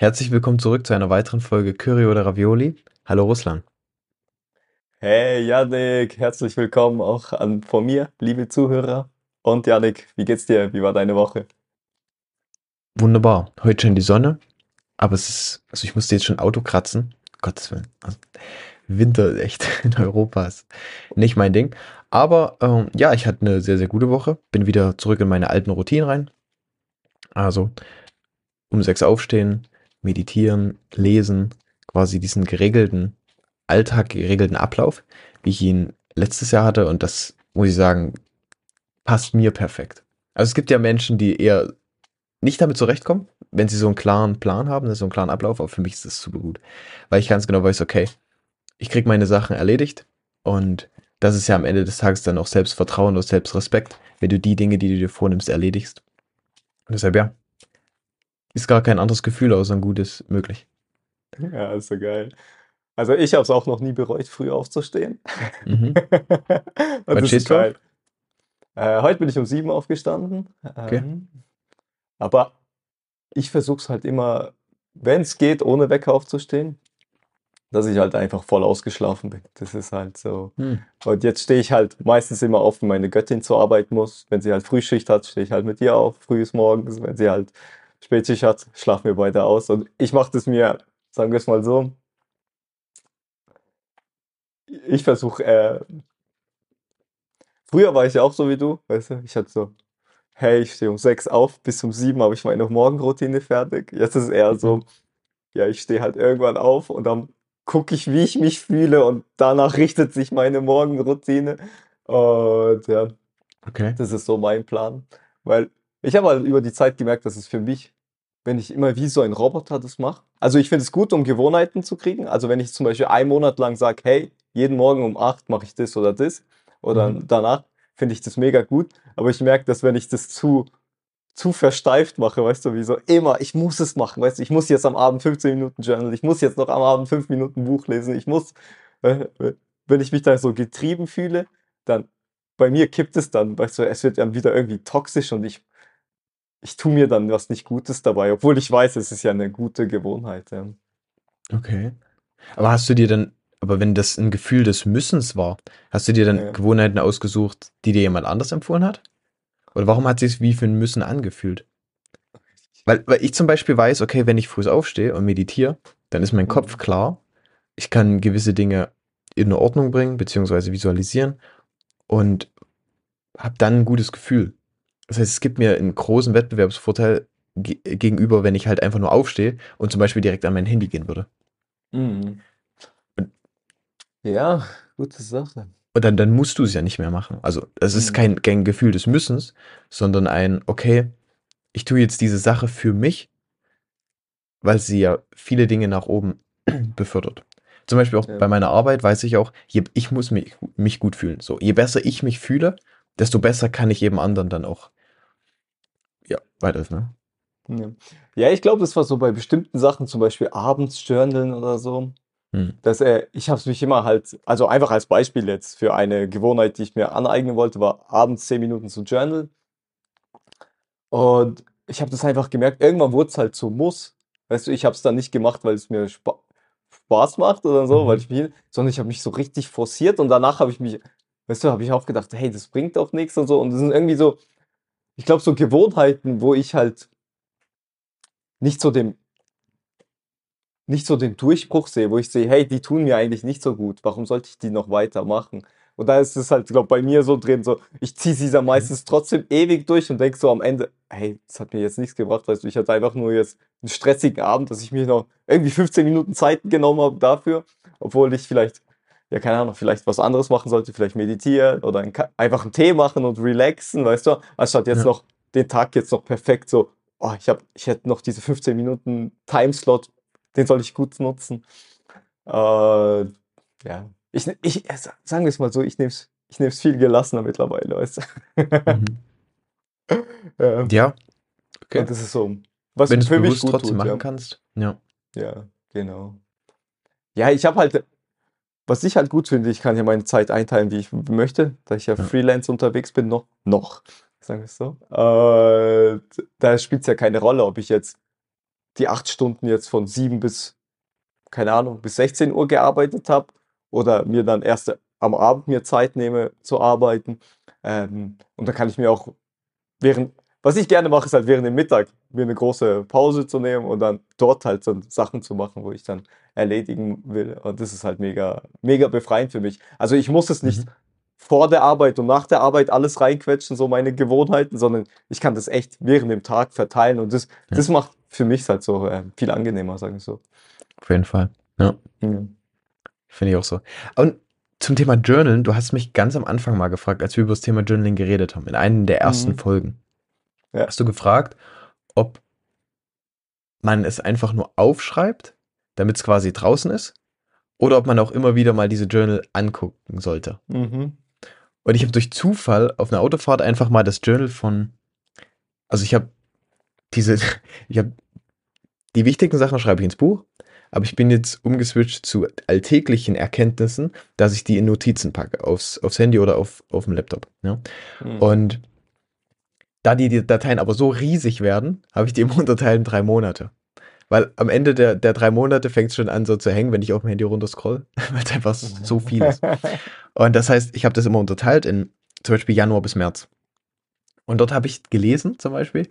Herzlich willkommen zurück zu einer weiteren Folge Curry oder Ravioli. Hallo Russland. Hey Yannick, herzlich willkommen auch von mir, liebe Zuhörer. Und Yannick, wie geht's dir? Wie war deine Woche? Wunderbar. Heute scheint die Sonne, aber also ich musste jetzt schon Auto kratzen. Gottes Willen. Also Winter echt in Europa ist nicht mein Ding. Aber ja, ich hatte eine sehr, sehr gute Woche. Bin wieder zurück in meine alten Routinen rein. Also um 6 aufstehen, meditieren, lesen, quasi diesen geregelten Alltag, geregelten Ablauf, wie ich ihn letztes Jahr hatte. Und das muss ich sagen, passt mir perfekt. Also es gibt ja Menschen, die eher nicht damit zurechtkommen, wenn sie so einen klaren Plan haben, so einen klaren Ablauf, aber für mich ist das super gut. Weil ich ganz genau weiß, okay, ich kriege meine Sachen erledigt und das ist ja am Ende des Tages dann auch Selbstvertrauen und Selbstrespekt, wenn du die Dinge, die du dir vornimmst, erledigst. Und deshalb ja, ist gar kein anderes Gefühl außer ein gutes möglich. Ja, ist so geil. Also ich habe es auch noch nie bereut, früh aufzustehen. Mhm. Und Wann das ist stehst du auf? geil. Heute bin ich um 7 aufgestanden, Okay. aber ich versuche es halt immer, wenn es geht, ohne Wecker aufzustehen, dass ich halt einfach voll ausgeschlafen bin. Das ist halt so. Hm. Und jetzt stehe ich halt meistens immer auf, wenn meine Göttin zur Arbeit muss. Wenn sie halt Frühschicht hat, stehe ich halt mit ihr auf, frühes morgens. Wenn sie halt Spätschicht hat, schlafen wir beide aus. Und ich mache das mir, sagen wir es mal so, ich versuche, früher war ich ja auch so wie du, weißt du, ich hatte so, hey, ich stehe um 6 auf, bis um 7 habe ich meine Morgenroutine fertig. Jetzt ist es eher so, Mhm. ja, ich stehe halt irgendwann auf und dann gucke ich, wie ich mich fühle und danach richtet sich meine Morgenroutine. Und ja, Okay. das ist so mein Plan. Weil ich habe halt über die Zeit gemerkt, dass es für mich, wenn ich immer wie so ein Roboter das mache, also ich finde es gut, um Gewohnheiten zu kriegen. Also wenn ich zum Beispiel einen Monat lang sage, hey, jeden Morgen um 8 mache ich das oder Mhm. danach, finde ich das mega gut. Aber ich merke, dass wenn ich das zu versteift mache, weißt du, wie so immer, ich muss es machen, weißt du, ich muss jetzt am Abend 15 Minuten Journal, ich muss jetzt noch am Abend 5 Minuten Buch lesen, ich muss, äh, wenn ich mich da so getrieben fühle, dann, bei mir kippt es dann, weißt du, es wird dann wieder irgendwie toxisch und ich tue mir dann was nicht Gutes dabei, obwohl ich weiß, es ist ja eine gute Gewohnheit, ja. Okay. Aber hast du dir dann, aber wenn das ein Gefühl des Müssens war, hast du dir dann Ja. Gewohnheiten ausgesucht, die dir jemand anders empfohlen hat? Oder warum hat sich's wie für ein Müssen angefühlt? Weil ich zum Beispiel weiß, okay, wenn ich früh aufstehe und meditiere, dann ist mein Kopf Mhm. klar. Ich kann gewisse Dinge in eine Ordnung bringen, beziehungsweise visualisieren und habe dann ein gutes Gefühl. Das heißt, es gibt mir einen großen Wettbewerbsvorteil gegenüber, wenn ich halt einfach nur aufstehe und zum Beispiel direkt an mein Handy gehen würde. Mhm. Und, Ja, gute Sache. und dann musst du es ja nicht mehr machen. Also es ist Mhm. kein Gefühl des Müssens, sondern ein, okay, ich tue jetzt diese Sache für mich, weil sie ja viele Dinge nach oben befördert. Zum Beispiel auch Ja. bei meiner Arbeit weiß ich auch, ich muss mich gut fühlen. So, je besser ich mich fühle, desto besser kann ich eben anderen dann auch, ja, weiterhelfen. Ne? Ja. Ja, ich glaube, das war so bei bestimmten Sachen, zum Beispiel abends journalen oder so. Hm. Ich habe es mich immer halt, also einfach als Beispiel jetzt für eine Gewohnheit, die ich mir aneignen wollte, war abends 10 Minuten zu journalen. Und ich habe das einfach gemerkt, irgendwann wurde es halt so Muss. Weißt du, ich habe es dann nicht gemacht, weil es mir Spaß macht oder so, weil Mhm. ich will, sondern ich habe mich so richtig forciert und danach habe ich mich, weißt du, habe ich auch gedacht, hey, das bringt doch nichts und so. Und das sind irgendwie so, ich glaube, so Gewohnheiten, wo ich halt nicht so dem nicht so den Durchbruch sehe, wo ich sehe, hey, die tun mir eigentlich nicht so gut, warum sollte ich die noch weitermachen? Und da ist es halt, glaube bei mir so drin, so, ich ziehe sie dann Okay. meistens trotzdem ewig durch und denke so am Ende, hey, das hat mir jetzt nichts gebracht, weißt du, ich hatte einfach nur jetzt einen stressigen Abend, dass ich mir noch irgendwie 15 Minuten Zeit genommen habe dafür, obwohl ich vielleicht, ja, keine Ahnung, vielleicht was anderes machen sollte, vielleicht meditieren oder einfach einen Tee machen und relaxen, weißt du, anstatt jetzt Ja. noch den Tag jetzt noch perfekt so, oh, ich hätte noch diese 15 Minuten Timeslot, den soll ich gut nutzen. Ja. Sagen wir es mal so, ich nehme es viel gelassener mittlerweile, weißt du. Mhm. Ja. Ja, okay. Und das ist so, was Wenn du es für mich bewusst gut trotzdem tut, machen ja. kannst. Ja. Ja, genau. Ja, ich habe halt, was ich halt gut finde, ich kann ja meine Zeit einteilen, wie ich möchte, da ich ja Ja. Freelance unterwegs bin, sagen wir es so. Da spielt es ja keine Rolle, ob ich jetzt die 8 Stunden jetzt von 7 bis, keine Ahnung, bis 16 Uhr gearbeitet habe oder mir dann erst am Abend mir Zeit nehme zu arbeiten. Und dann kann ich mir auch während, was ich gerne mache, ist halt während dem Mittag mir eine große Pause zu nehmen und dann dort halt so Sachen zu machen, wo ich dann erledigen will. Und das ist halt mega, mega befreiend für mich. Also ich muss es nicht Mhm. vor der Arbeit und nach der Arbeit alles reinquetschen, so meine Gewohnheiten, sondern ich kann das echt während dem Tag verteilen und Ja, das macht für mich halt so viel angenehmer, sagen wir so. auf jeden Fall. Ja, Mhm. finde ich auch so. Und zum Thema Journalen, du hast mich ganz am Anfang mal gefragt, als wir über das Thema Journaling geredet haben, in einer der ersten Mhm. Folgen, Ja. hast du gefragt, ob man es einfach nur aufschreibt, damit es quasi draußen ist, oder ob man auch immer wieder mal diese Journal angucken sollte. Mhm. Und ich habe durch Zufall auf einer Autofahrt einfach mal das Journal also diese, ich habe die wichtigen Sachen schreibe ich ins Buch, aber ich bin jetzt umgeswitcht zu alltäglichen Erkenntnissen, dass ich die in Notizen packe, aufs Handy oder auf dem Laptop. Ja? Mhm. Und da die Dateien aber so riesig werden, habe ich die immer unterteilt in 3 Monate. Weil am Ende der 3 Monate fängt es schon an so zu hängen, wenn ich auf dem Handy runterscroll, weil es einfach so viel ist. Und das heißt, ich habe das immer unterteilt in zum Beispiel Januar bis März. Und dort habe ich gelesen zum Beispiel,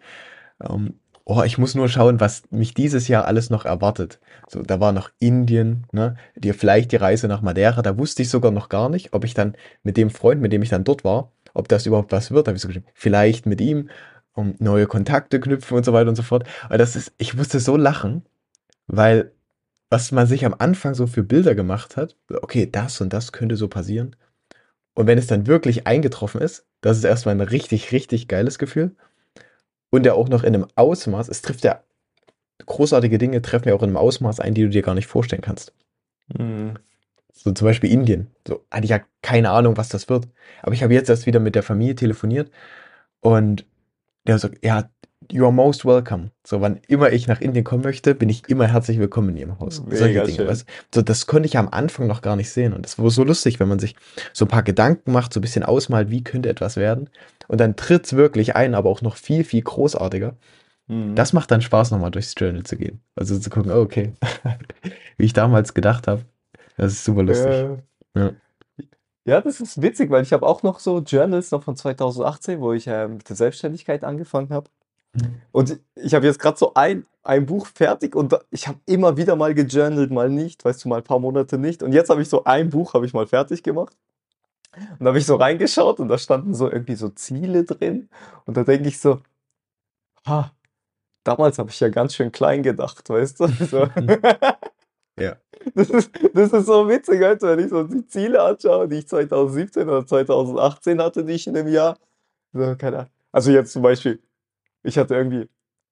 ich muss nur schauen, was mich dieses Jahr alles noch erwartet. So, da war noch Indien, ne, vielleicht die Reise nach Madeira, da wusste ich sogar noch gar nicht, ob ich dann mit dem Freund, mit dem ich dann dort war, ob das überhaupt was wird, habe ich so geschrieben, vielleicht mit ihm, neue Kontakte knüpfen und so weiter und so fort. Aber ich musste so lachen, weil was man sich am Anfang so für Bilder gemacht hat, okay, das und das könnte so passieren. Und wenn es dann wirklich eingetroffen ist, das ist erstmal ein richtig, richtig geiles Gefühl. Und ja auch noch in einem Ausmaß, es trifft ja, großartige Dinge treffen ja auch in einem Ausmaß ein, die du dir gar nicht vorstellen kannst. Mhm. So zum Beispiel Indien. So hatte ich ja keine Ahnung, was das wird. Aber ich habe jetzt erst wieder mit der Familie telefoniert und der sagt, ja, you are most welcome. So, wann immer ich nach Indien kommen möchte, bin ich immer herzlich willkommen in ihrem Haus. Solche Mega Dinge, schön. weißt du? So, das konnte ich am Anfang noch gar nicht sehen. Und das war so lustig, wenn man sich so ein paar Gedanken macht, so ein bisschen ausmalt, wie könnte etwas werden. Und dann tritt es wirklich ein, aber auch noch viel, viel großartiger. Mhm. Das macht dann Spaß, nochmal durchs Journal zu gehen. Also zu gucken, oh, okay, wie ich damals gedacht habe. Das ist super lustig. Äh, Ja. Ja, das ist witzig, weil ich habe auch noch so Journals noch von 2018, wo ich mit der Selbstständigkeit angefangen habe. Und ich habe jetzt gerade so ein Buch fertig und ich habe immer wieder mal gejournalt, mal nicht, weißt du, mal ein paar Monate nicht. Und jetzt habe ich so ein Buch, habe ich mal fertig gemacht. Und da habe ich so reingeschaut und da standen so irgendwie so Ziele drin. Und da denke ich so, ha, damals habe ich ja ganz schön klein gedacht, weißt du? So. Ja. Das ist so witzig, halt, wenn ich so die Ziele anschaue, die ich 2017 oder 2018 hatte, die ich in dem Jahr. So, keine Ahnung. Also jetzt zum Beispiel, ich hatte irgendwie,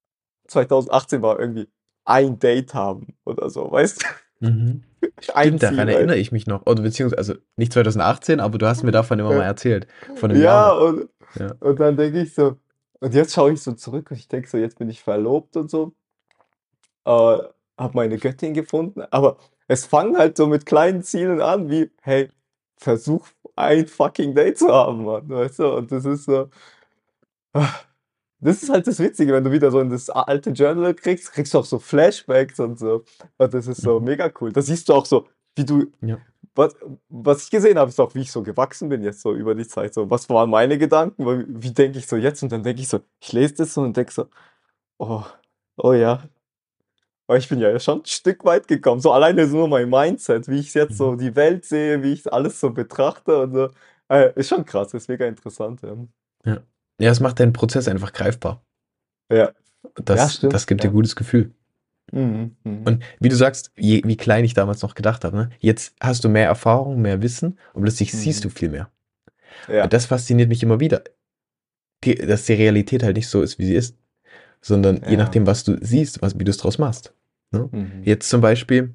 2018 war irgendwie ein Date haben oder so, weißt du? Mhm. Ein Stimmt, daran Ziel, weißt erinnere ich mich noch. Oder beziehungsweise, also nicht 2018, aber du hast mir davon immer du? mal erzählt. Von einem Jahr Ja, noch. und, Ja. und dann denke ich so, und jetzt schaue ich so zurück und ich denke so, jetzt bin ich verlobt und so, habe meine Göttin gefunden, aber es fangen halt so mit kleinen Zielen an, wie, hey, versuch ein fucking Date zu haben, Mann, weißt du? Und das ist so, ah, das ist halt das Witzige, wenn du wieder so in das alte Journal kriegst du auch so Flashbacks und so. Und das ist so Mhm. mega cool. Da siehst du auch so, wie du, Ja. was, was ich gesehen habe, ist auch, wie ich so gewachsen bin jetzt so über die Zeit. So, was waren meine Gedanken? Wie denke ich so jetzt? Und dann denke ich so, ich lese das so und denke so, oh, oh ja. Aber ich bin ja schon ein Stück weit gekommen. So alleine so nur mein Mindset, wie ich jetzt Mhm. so die Welt sehe, wie ich alles so betrachte und so. Ist schon krass, ist mega interessant. Ja, Ja. Ja, es macht deinen Prozess einfach greifbar. ja, ja Das stimmt. gibt dir Ja. gutes Gefühl. Mhm, mhm. Und wie du sagst, wie klein ich damals noch gedacht habe, ne? Jetzt hast du mehr Erfahrung, mehr Wissen und plötzlich siehst du Mhm. viel mehr. Und Ja, das fasziniert mich immer wieder. Dass die Realität halt nicht so ist, wie sie ist, sondern je ja. nachdem, was du siehst, wie du es draus machst. Ne? Mhm. Jetzt zum Beispiel,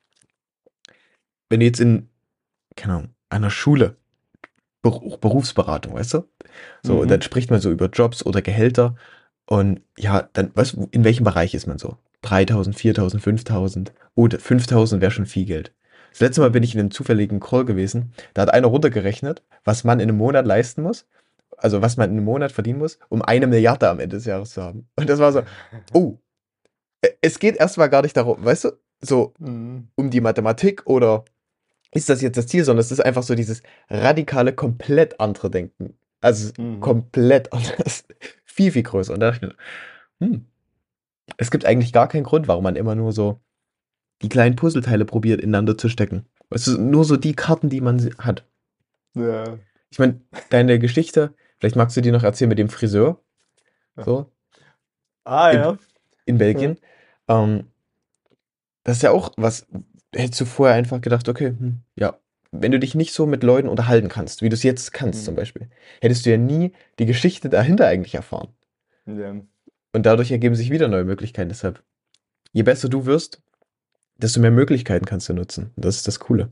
wenn du jetzt keine Ahnung, einer Schule, Berufsberatung, weißt du? So, dann Mhm. spricht man so über Jobs oder Gehälter und ja, dann, weißt du, in welchem Bereich ist man so? 3.000, 4.000, 5.000 oder 5.000 wäre schon viel Geld. Das letzte Mal bin ich Mhm. in einem zufälligen Call gewesen, da hat einer runtergerechnet, was man in einem Monat leisten muss, also was man in einem Monat verdienen muss, um 1 Milliarde am Ende des Jahres zu haben. Und das war so, oh, Es geht erstmal gar nicht darum, weißt du, so Mhm. um die Mathematik oder ist das jetzt das Ziel, sondern es ist einfach so dieses radikale, komplett andere Denken. Also Mhm. komplett anders. Viel, viel größer. Und da dachte ich mir, es gibt eigentlich gar keinen Grund, warum man immer nur so die kleinen Puzzleteile probiert, ineinander zu stecken. Es ist nur so die Karten, die man hat. Ja. Ich meine, deine Geschichte, vielleicht magst du die noch erzählen mit dem Friseur, Ja. so, Ah in, ja. in Ja. Belgien. Ähm, Das ist ja auch was, hättest du vorher einfach gedacht, okay, ja, wenn du dich nicht so mit Leuten unterhalten kannst, wie du es jetzt kannst zum Mhm. Beispiel, hättest du ja nie die Geschichte dahinter eigentlich erfahren. Ja. Und dadurch ergeben sich wieder neue Möglichkeiten. Deshalb, je besser du wirst, desto mehr Möglichkeiten kannst du nutzen. Das ist das Coole.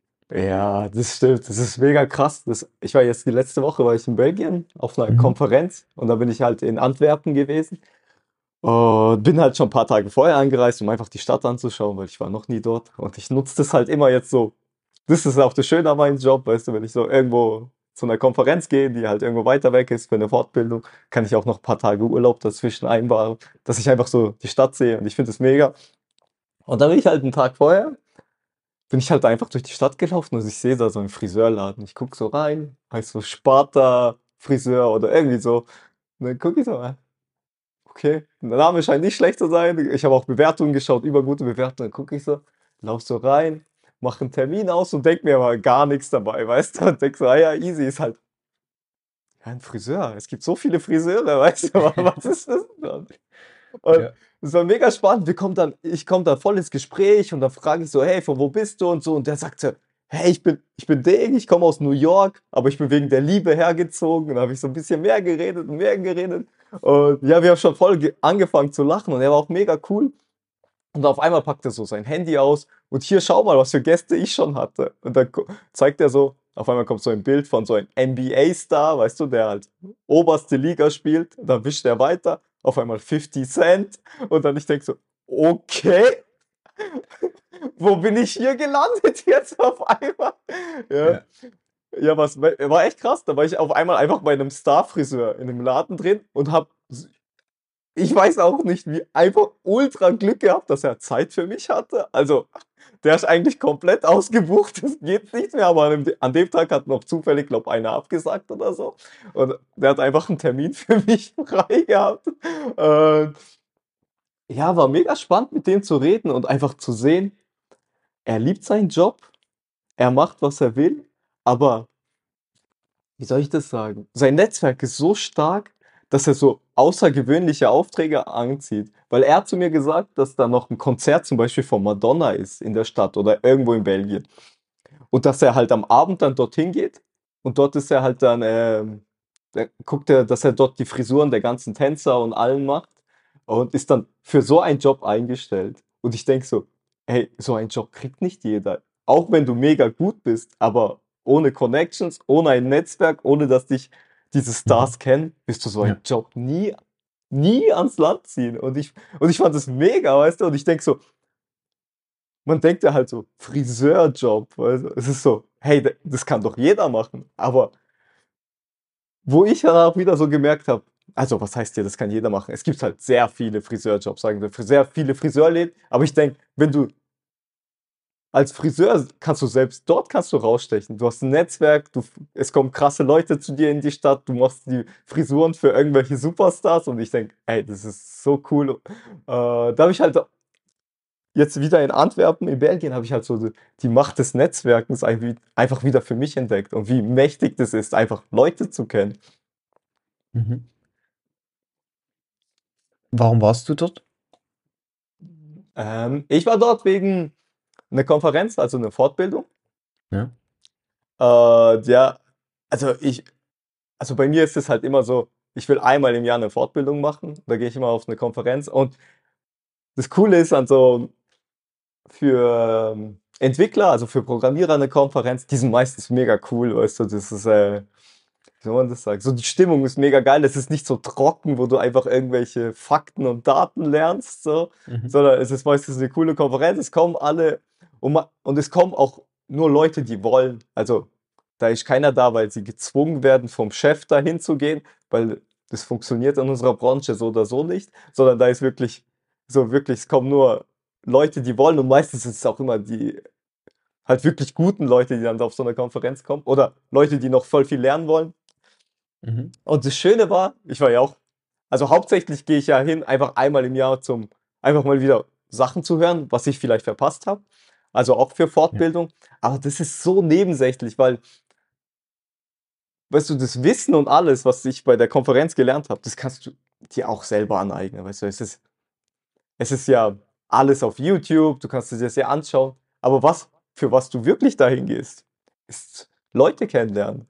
Ja, das stimmt. Das ist mega krass. Ich war jetzt die letzte Woche war ich in Belgien auf einer Mhm. Konferenz und da bin ich halt in Antwerpen gewesen und bin halt schon ein paar Tage vorher angereist, um einfach die Stadt anzuschauen, weil ich war noch nie dort. Und ich nutze das halt immer jetzt so. Das ist auch das Schöne an meinem Job, weißt du, wenn ich so irgendwo zu einer Konferenz gehe, die halt irgendwo weiter weg ist für eine Fortbildung, kann ich auch noch ein paar Tage Urlaub dazwischen einbauen, dass ich einfach so die Stadt sehe und ich finde das mega. Und dann bin ich halt einen Tag vorher bin ich halt einfach durch die Stadt gelaufen und ich sehe da so einen Friseurladen. Ich gucke so rein, heißt so Sparta Friseur oder irgendwie so. Und dann gucke ich so, okay, der Name scheint nicht schlecht zu sein. Ich habe auch Bewertungen geschaut, über gute Bewertungen. Dann gucke ich so, lauf so rein, mache einen Termin aus und denk mir aber gar nichts dabei, weißt du? Und denk so, ah ja, easy, ist halt ja, ein Friseur. Es gibt so viele Friseure, weißt du? Was ist das denn? Und Ja. es war mega spannend. Ich komme da voll ins Gespräch und dann frage ich so, hey, von wo bist du und so. Und der sagte, hey, ich bin Ding, ich komme aus New York, aber ich bin wegen der Liebe hergezogen. Und dann habe ich so ein bisschen mehr geredet und mehr geredet. Und ja, wir haben schon voll angefangen zu lachen und er war auch mega cool. Und auf einmal packt er so sein Handy aus und hier schau mal, was für Gäste ich schon hatte. Und dann zeigt er so, auf einmal kommt so ein Bild von so einem NBA-Star, weißt du, der halt oberste Liga spielt. Dann wischt er weiter, auf einmal 50 Cent. Und dann ich denke so, okay, wo bin ich hier gelandet jetzt auf einmal? Ja, Ja. ja, war echt krass. Da war ich auf einmal einfach bei einem Star-Friseur in einem Laden drin und hab ich weiß auch nicht, wie einfach ultra Glück gehabt, dass er Zeit für mich hatte. Also, der ist eigentlich komplett ausgebucht, das geht nicht mehr, aber an dem Tag hat noch zufällig, glaube einer abgesagt oder so. Und der hat einfach einen Termin für mich frei gehabt. Und ja, war mega spannend, mit dem zu reden und einfach zu sehen, er liebt seinen Job, er macht, was er will, aber wie soll ich das sagen? Sein Netzwerk ist so stark, dass er so außergewöhnliche Aufträge anzieht. Weil er hat zu mir gesagt, dass da noch ein Konzert zum Beispiel von Madonna ist in der Stadt oder irgendwo in Belgien. Und dass er halt am Abend dann dorthin geht und dort ist er halt dann, da guckt er, dass er dort die Frisuren der ganzen Tänzer und allen macht und ist dann für so einen Job eingestellt. Und ich denke so, hey, so einen Job kriegt nicht jeder. Auch wenn du mega gut bist, aber ohne Connections, ohne ein Netzwerk, ohne dass dich diese Mhm. Stars kennen, wirst du so einen Ja. Job nie ans Land ziehen. Und ich fand das mega, weißt du? Und ich denke so, man denkt ja halt so, Friseurjob, weißt du? Es ist so, hey, das kann doch jeder machen. Aber wo ich dann auch wieder so gemerkt habe, also was heißt hier, das kann jeder machen? Es gibt halt sehr viele Friseurjobs, sagen wir, sehr viele Friseurläden. Aber ich denke, wenn du als Friseur kannst du selbst dort kannst du rausstechen. Du hast ein Netzwerk, es kommen krasse Leute zu dir in die Stadt, du machst die Frisuren für irgendwelche Superstars und ich denke, ey, das ist so cool. Da habe ich halt jetzt wieder in Antwerpen, in Belgien, habe ich halt so die Macht des Netzwerkens einfach wieder für mich entdeckt und wie mächtig das ist, einfach Leute zu kennen. Mhm. Warum warst du dort? Ich war dort wegen einer Konferenz, also eine Fortbildung. Ja. Ja, also also bei mir ist es halt immer so, ich will einmal im Jahr eine Fortbildung machen, da gehe ich immer auf eine Konferenz und das Coole ist an so für Entwickler, also für Programmierer eine Konferenz, die sind meistens mega cool, weißt du, das ist, wie soll man das sagen? So die Stimmung ist mega geil, es ist nicht so trocken, wo du einfach irgendwelche Fakten und Daten lernst, so, Mhm. sondern es ist meistens eine coole Konferenz, es kommen alle und es kommen auch nur Leute, die wollen. Also da ist keiner da, weil sie gezwungen werden, vom Chef dahin zu gehen, weil das funktioniert in unserer Branche so oder so nicht, sondern da ist wirklich So wirklich, es kommen nur Leute, die wollen und meistens sind es auch immer die halt wirklich guten Leute, die dann auf so eine Konferenz kommen oder Leute, die noch voll viel lernen wollen. Mhm. Und das Schöne war, ich war ja auch, also hauptsächlich gehe ich ja hin, einfach einmal im Jahr einfach mal wieder Sachen zu hören, was ich vielleicht verpasst habe. Also auch für Ja. Fortbildung. Aber das ist so nebensächlich, weil, weißt du, das Wissen und alles, was ich bei der Konferenz gelernt habe, das kannst du dir auch selber aneignen. Weißt du, es ist ja alles auf YouTube, du kannst es dir sehr anschauen. Aber für was du wirklich dahin gehst, ist Leute kennenlernen,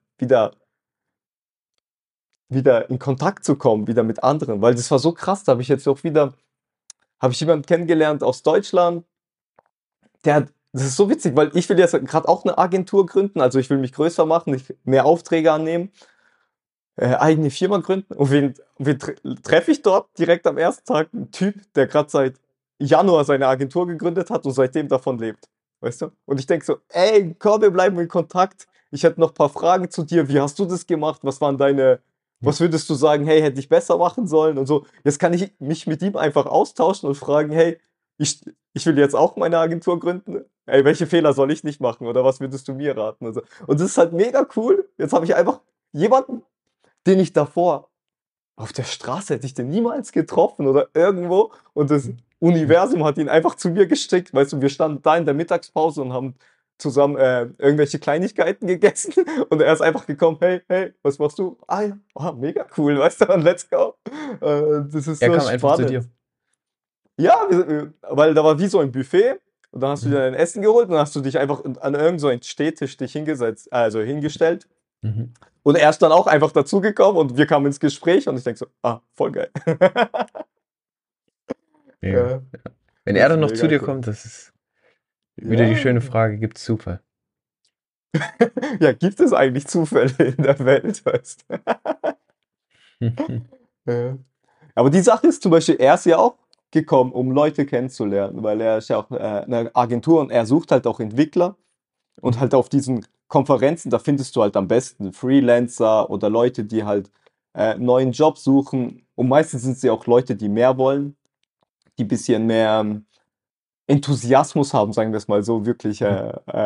wieder in Kontakt zu kommen, wieder mit anderen. Weil das war so krass, da habe ich jemanden kennengelernt aus Deutschland, das ist so witzig, weil ich will jetzt gerade auch eine Agentur gründen, also ich will mich größer machen, mehr Aufträge annehmen, eigene Firma gründen. Und wen treffe ich dort direkt am ersten Tag? Einen Typ, der gerade seit Januar seine Agentur gegründet hat und seitdem davon lebt. Weißt du? Und ich denke so, ey, komm, wir bleiben in Kontakt. Ich hätte noch ein paar Fragen zu dir. Wie hast du das gemacht? Ja. Was würdest du sagen, hey, hätte ich besser machen sollen? Und so. Jetzt kann ich mich mit ihm einfach austauschen und fragen, hey, ich will jetzt auch meine Agentur gründen. Ey, welche Fehler soll ich nicht machen? Oder was würdest du mir raten? Und so. Und das ist halt mega cool. Jetzt habe ich einfach jemanden, den ich davor auf der Straße hätte ich den niemals getroffen oder irgendwo und das Universum hat ihn einfach zu mir geschickt. Weißt du, wir standen da in der Mittagspause und haben zusammen irgendwelche Kleinigkeiten gegessen und er ist einfach gekommen, hey, hey, was machst du? Ah ja, oh, mega cool, weißt du, und let's go. Das ist Er so kam einfach zu spannend. dir. Ja, weil da war wie so ein Buffet und dann hast du dir Mhm. dein Essen geholt und dann hast du dich einfach an irgend so einen Stehtisch dich hingesetzt, also hingestellt. Mhm. Und er ist dann auch einfach dazugekommen und wir kamen ins Gespräch und ich denke so, voll geil. Mega. Ja, Wenn er das ist dann noch zu mega dir cool. kommt, das ist wieder die Ja. schöne Frage, gibt's Zufall? Ja, gibt es eigentlich Zufälle in der Welt, weißt du? Ja. Aber die Sache ist zum Beispiel, er ist ja auch gekommen, um Leute kennenzulernen, weil er ist ja auch eine Agentur und er sucht halt auch Entwickler und Mhm. halt auf diesen Konferenzen, da findest du halt am besten Freelancer oder Leute, die halt einen neuen Job suchen und meistens sind sie auch Leute, die mehr wollen, die ein bisschen mehr Enthusiasmus haben, sagen wir es mal so, wirklich Mhm.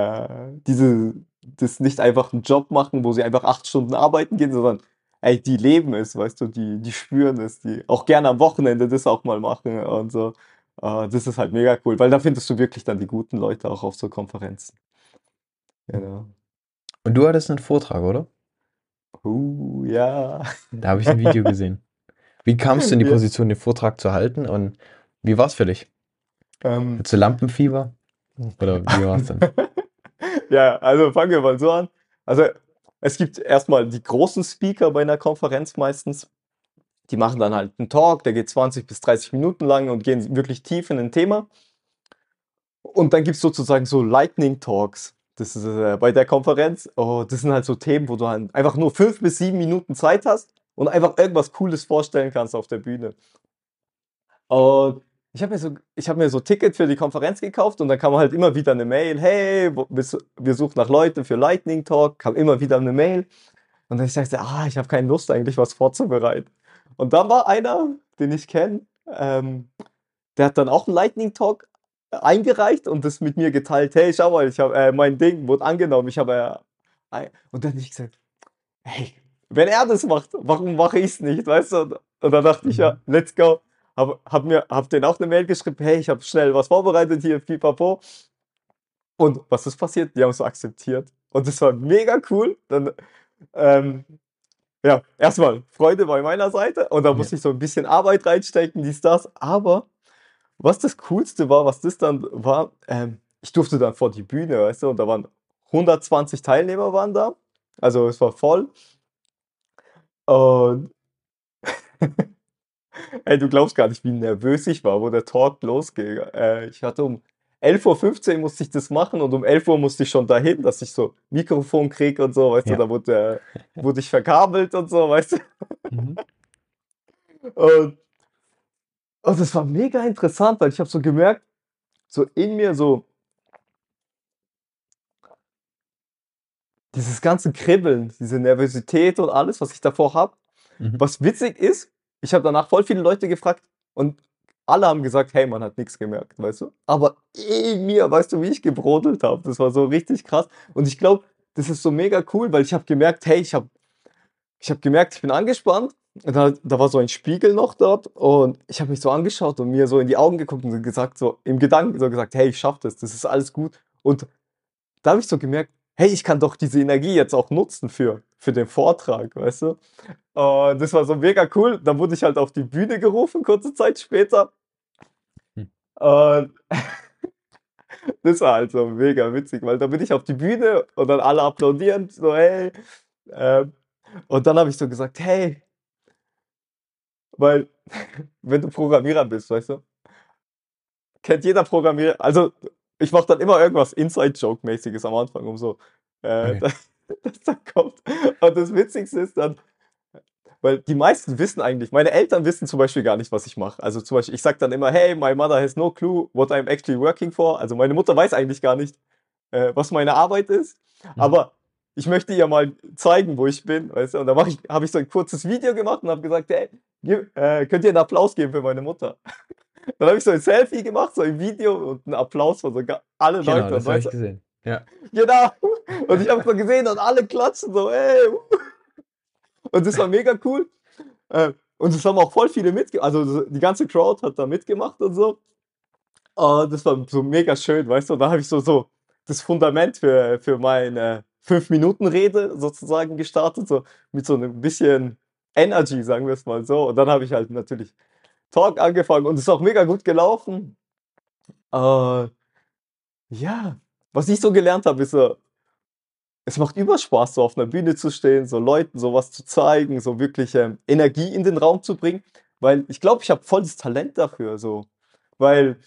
das nicht einfach einen Job machen, wo sie einfach 8 Stunden arbeiten gehen, sondern ey, die leben es, weißt du, die spüren es, die auch gerne am Wochenende das auch mal machen und so. Das ist halt mega cool, weil da findest du wirklich dann die guten Leute auch auf so Konferenzen. Genau. Und du hattest einen Vortrag, oder? Ja. Da habe ich ein Video gesehen. Wie kamst du in die Ja. Position, den Vortrag zu halten und wie war es für dich? Ähm, Hattest du Lampenfieber? Oder wie war es dann? Ja, also fangen wir mal so an. Also es gibt erstmal die großen Speaker bei einer Konferenz meistens. Die machen dann halt einen Talk, der geht 20 bis 30 Minuten lang und gehen wirklich tief in ein Thema. Und dann gibt es sozusagen so Lightning Talks. Das ist bei der Konferenz. Oh, das sind halt so Themen, wo du halt einfach nur 5 bis 7 Minuten Zeit hast und einfach irgendwas Cooles vorstellen kannst auf der Bühne. Und ich habe mir so Ticket für die Konferenz gekauft und dann kam halt immer wieder eine Mail, hey, wir suchen nach Leuten für Lightning Talk, kam immer wieder eine Mail. Und dann ich dachte, ich habe keine Lust eigentlich was vorzubereiten. Und dann war einer, den ich kenne, der hat dann auch einen Lightning Talk eingereicht und das mit mir geteilt. Hey, schau mal, mein Ding wurde angenommen. Und dann hab ich gesagt, hey, wenn er das macht, warum mache ich es nicht, weißt du? Und dann dachte ich, ja, Mhm. let's go. Hab denen auch eine Mail geschrieben, hey, ich habe schnell was vorbereitet hier, pipapo. Und was ist passiert? Die haben es akzeptiert. Und das war mega cool. Dann, ähm, ja, erstmal Freude bei meiner Seite und da Ja. musste ich so ein bisschen Arbeit reinstecken, dies, das. Aber was das Coolste war, was das dann war, ich durfte dann vor die Bühne, weißt du, und da waren 120 Teilnehmer waren da. Also es war voll. Und ey, du glaubst gar nicht, wie nervös ich war, wo der Talk losging. Ich hatte um 11:15 Uhr musste ich das machen und um 11 Uhr musste ich schon dahin, dass ich so Mikrofon krieg und so, weißt du, Ja. da wurde ich verkabelt und so, weißt du. Mhm. Und, und das war mega interessant, weil ich habe so gemerkt, so in mir so dieses ganze Kribbeln, diese Nervosität und alles, was ich davor habe. Mhm. Was witzig ist, ich habe danach voll viele Leute gefragt und alle haben gesagt, hey, man hat nichts gemerkt, weißt du? Aber in mir, weißt du, wie ich gebrodelt habe? Das war so richtig krass. Und ich glaube, das ist so mega cool, weil ich habe gemerkt, hey, ich habe gemerkt, ich bin angespannt. Und da war so ein Spiegel noch dort und ich habe mich so angeschaut und mir so in die Augen geguckt und so gesagt, so im Gedanken so gesagt, hey, ich schaff das ist alles gut. Und da habe ich so gemerkt, hey, ich kann doch diese Energie jetzt auch nutzen für den Vortrag, weißt du? Und das war so mega cool. Dann wurde ich halt auf die Bühne gerufen, kurze Zeit später. Hm. Und das war halt so mega witzig, weil da bin ich auf die Bühne und dann alle applaudieren, so hey. Ähm, und dann habe ich so gesagt, hey, weil wenn du Programmierer bist, weißt du, kennt jeder Programmierer, also ich mache dann immer irgendwas Inside-Joke-mäßiges am Anfang, um so, Okay. dass da kommt. Und das Witzigste ist dann, weil die meisten wissen eigentlich, meine Eltern wissen zum Beispiel gar nicht, was ich mache. Also zum Beispiel, ich sage dann immer, hey, my mother has no clue what I'm actually working for. Also meine Mutter weiß eigentlich gar nicht, was meine Arbeit ist. Mhm. Aber ich möchte ihr mal zeigen, wo ich bin, weißt du? Und da habe ich so ein kurzes Video gemacht und habe gesagt, hey, könnt ihr einen Applaus geben für meine Mutter? Dann habe ich so ein Selfie gemacht, so ein Video und einen Applaus von so alle Genau, Leute. Und das habe weißt ich du, gesehen. Ja. genau. Und ich habe so gesehen und alle klatschen so, hey. Und das war mega cool. Und es haben auch voll viele mitgemacht. Also die ganze Crowd hat da mitgemacht und so. Das war so mega schön, weißt du? Und da habe ich so das Fundament für meine 5-Minuten-Rede sozusagen gestartet, so mit so einem bisschen Energy, sagen wir es mal so. Und dann habe ich halt natürlich Talk angefangen und es ist auch mega gut gelaufen. Äh, ja, was ich so gelernt habe, ist so, es macht Spaß, so auf einer Bühne zu stehen, so Leuten sowas zu zeigen, so wirklich Energie in den Raum zu bringen, weil ich glaube, ich habe voll das Talent dafür, so. Weil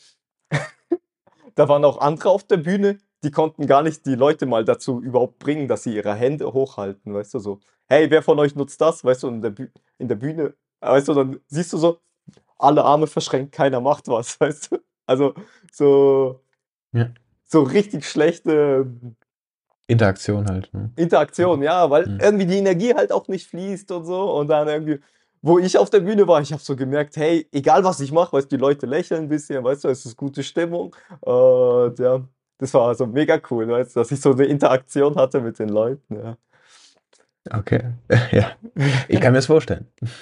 da waren auch andere auf der Bühne, die konnten gar nicht die Leute mal dazu überhaupt bringen, dass sie ihre Hände hochhalten, weißt du, so. Hey, wer von euch nutzt das, weißt du, in der Bühne, weißt du, dann siehst du so, alle Arme verschränkt, keiner macht was, weißt du. Also so, Ja. so richtig schlechte Interaktion halt. Ne? Interaktion, ja, weil Hm. irgendwie die Energie halt auch nicht fließt und so. Und dann irgendwie, wo ich auf der Bühne war, ich habe so gemerkt, hey, egal was ich mache, weißt du, die Leute lächeln ein bisschen, weißt du, es ist gute Stimmung. Und ja, das war also mega cool, weißt du, dass ich so eine Interaktion hatte mit den Leuten, ja. Okay. Ja. Ich kann mir das vorstellen.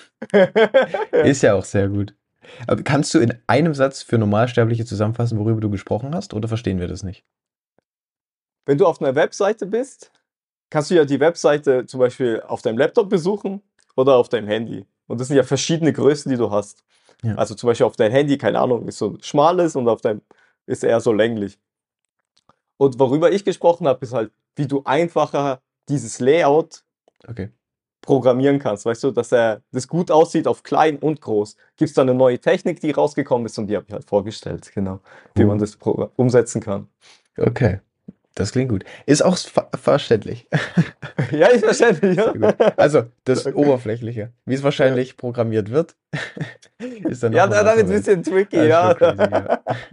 Ist ja auch sehr gut. Aber kannst du in einem Satz für Normalsterbliche zusammenfassen, worüber du gesprochen hast, oder verstehen wir das nicht? Wenn du auf einer Webseite bist, kannst du ja die Webseite zum Beispiel auf deinem Laptop besuchen oder auf deinem Handy. Und das sind ja verschiedene Größen, die du hast. Ja. Also zum Beispiel auf deinem Handy, keine Ahnung, ist so schmales und auf deinem ist eher so länglich. Und worüber ich gesprochen habe, ist halt, wie du einfacher dieses Layout Okay. programmieren kannst, weißt du, dass das gut aussieht auf klein und groß. Gibt es da eine neue Technik, die rausgekommen ist und die habe ich halt vorgestellt, genau, wie man Cool. das umsetzen kann. Okay. Das klingt gut. Ist auch verständlich. Ja, ich verstehe, ja. Sehr gut. Also, das Danke. Oberflächliche. Wie es Ja, wahrscheinlich programmiert wird, ist dann ja noch eine dann wird andere es ein Welt. bisschen tricky, Das ist ja. schon crazy, ja.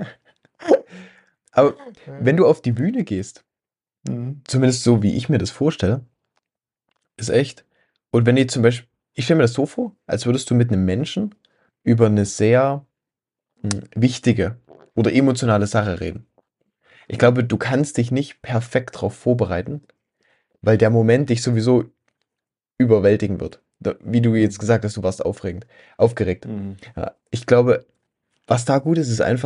Aber wenn du auf die Bühne gehst, Mhm. zumindest so wie ich mir das vorstelle, ist echt. Und wenn die zum Beispiel, ich stelle mir das so vor, als würdest du mit einem Menschen über eine sehr wichtige oder emotionale Sache reden. Ich glaube, du kannst dich nicht perfekt darauf vorbereiten, weil der Moment dich sowieso überwältigen wird. Wie du jetzt Mhm. gesagt hast, du warst aufgeregt. Mhm. Ja, ich glaube, was da gut ist, ist einfach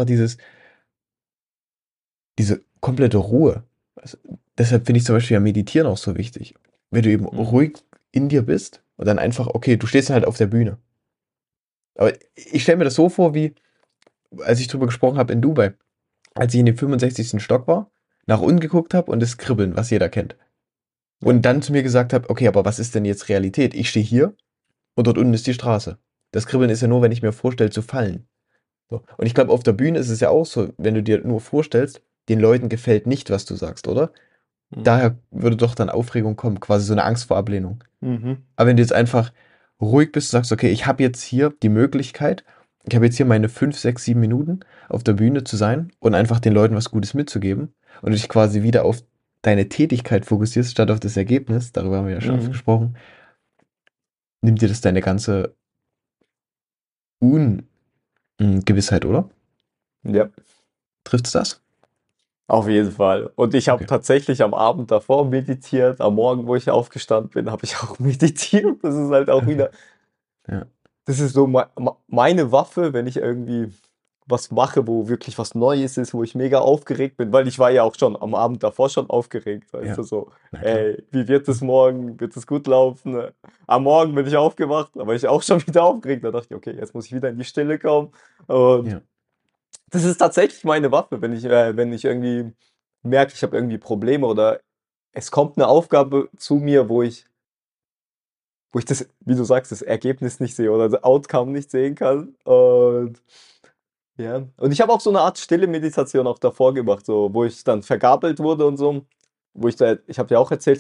diese komplette Ruhe. Also, deshalb finde ich zum Beispiel ja Meditieren auch so wichtig. Wenn du eben Mhm. ruhig in dir bist und dann einfach, okay, du stehst dann halt auf der Bühne. Aber ich stelle mir das so vor, wie als ich drüber gesprochen habe in Dubai, als ich in dem 65. Stock war, nach unten geguckt habe und das Kribbeln, was jeder kennt. Ja. Und dann zu mir gesagt habe, okay, aber was ist denn jetzt Realität? Ich stehe hier und dort unten ist die Straße. Das Kribbeln ist ja nur, wenn ich mir vorstelle zu fallen. So. Und ich glaube, auf der Bühne ist es ja auch so, wenn du dir nur vorstellst, den Leuten gefällt nicht, was du sagst, oder? Mhm. Daher würde doch dann Aufregung kommen, quasi so eine Angst vor Ablehnung. Mhm. Aber wenn du jetzt einfach ruhig bist und sagst, okay, ich habe jetzt hier die Möglichkeit, ich habe jetzt hier meine 5, 6, 7 Minuten auf der Bühne zu sein und einfach den Leuten was Gutes mitzugeben und du dich quasi wieder auf deine Tätigkeit fokussierst, statt auf das Ergebnis, darüber haben wir ja schon oft Mhm. gesprochen, nimmt dir das deine ganze Gewissheit, oder? Ja, Trifft es das? auf jeden Fall. Und ich habe Okay. tatsächlich am Abend davor meditiert, am Morgen, wo ich aufgestanden bin, habe ich auch meditiert. Das ist halt auch Okay. wieder, Ja. das ist so meine Waffe, wenn ich irgendwie was mache, wo wirklich was Neues ist, wo ich mega aufgeregt bin, weil ich war ja auch schon am Abend davor schon aufgeregt, weißt Ja. du, so, Na klar. ey, wie wird es Mhm. morgen? Wird es gut laufen? Am Morgen bin ich aufgewacht, da war ich auch schon wieder aufgeregt, da dachte ich, okay, jetzt muss ich wieder in die Stille kommen und Ja. das ist tatsächlich meine Waffe, wenn ich irgendwie merke, ich habe irgendwie Probleme oder es kommt eine Aufgabe zu mir, wo ich das, wie du sagst, das Ergebnis nicht sehe oder das Outcome nicht sehen kann. Und ja, und ich habe auch so eine Art stille Meditation auch davor gemacht, so, wo ich dann vergabelt wurde und so. Ich habe ja auch erzählt,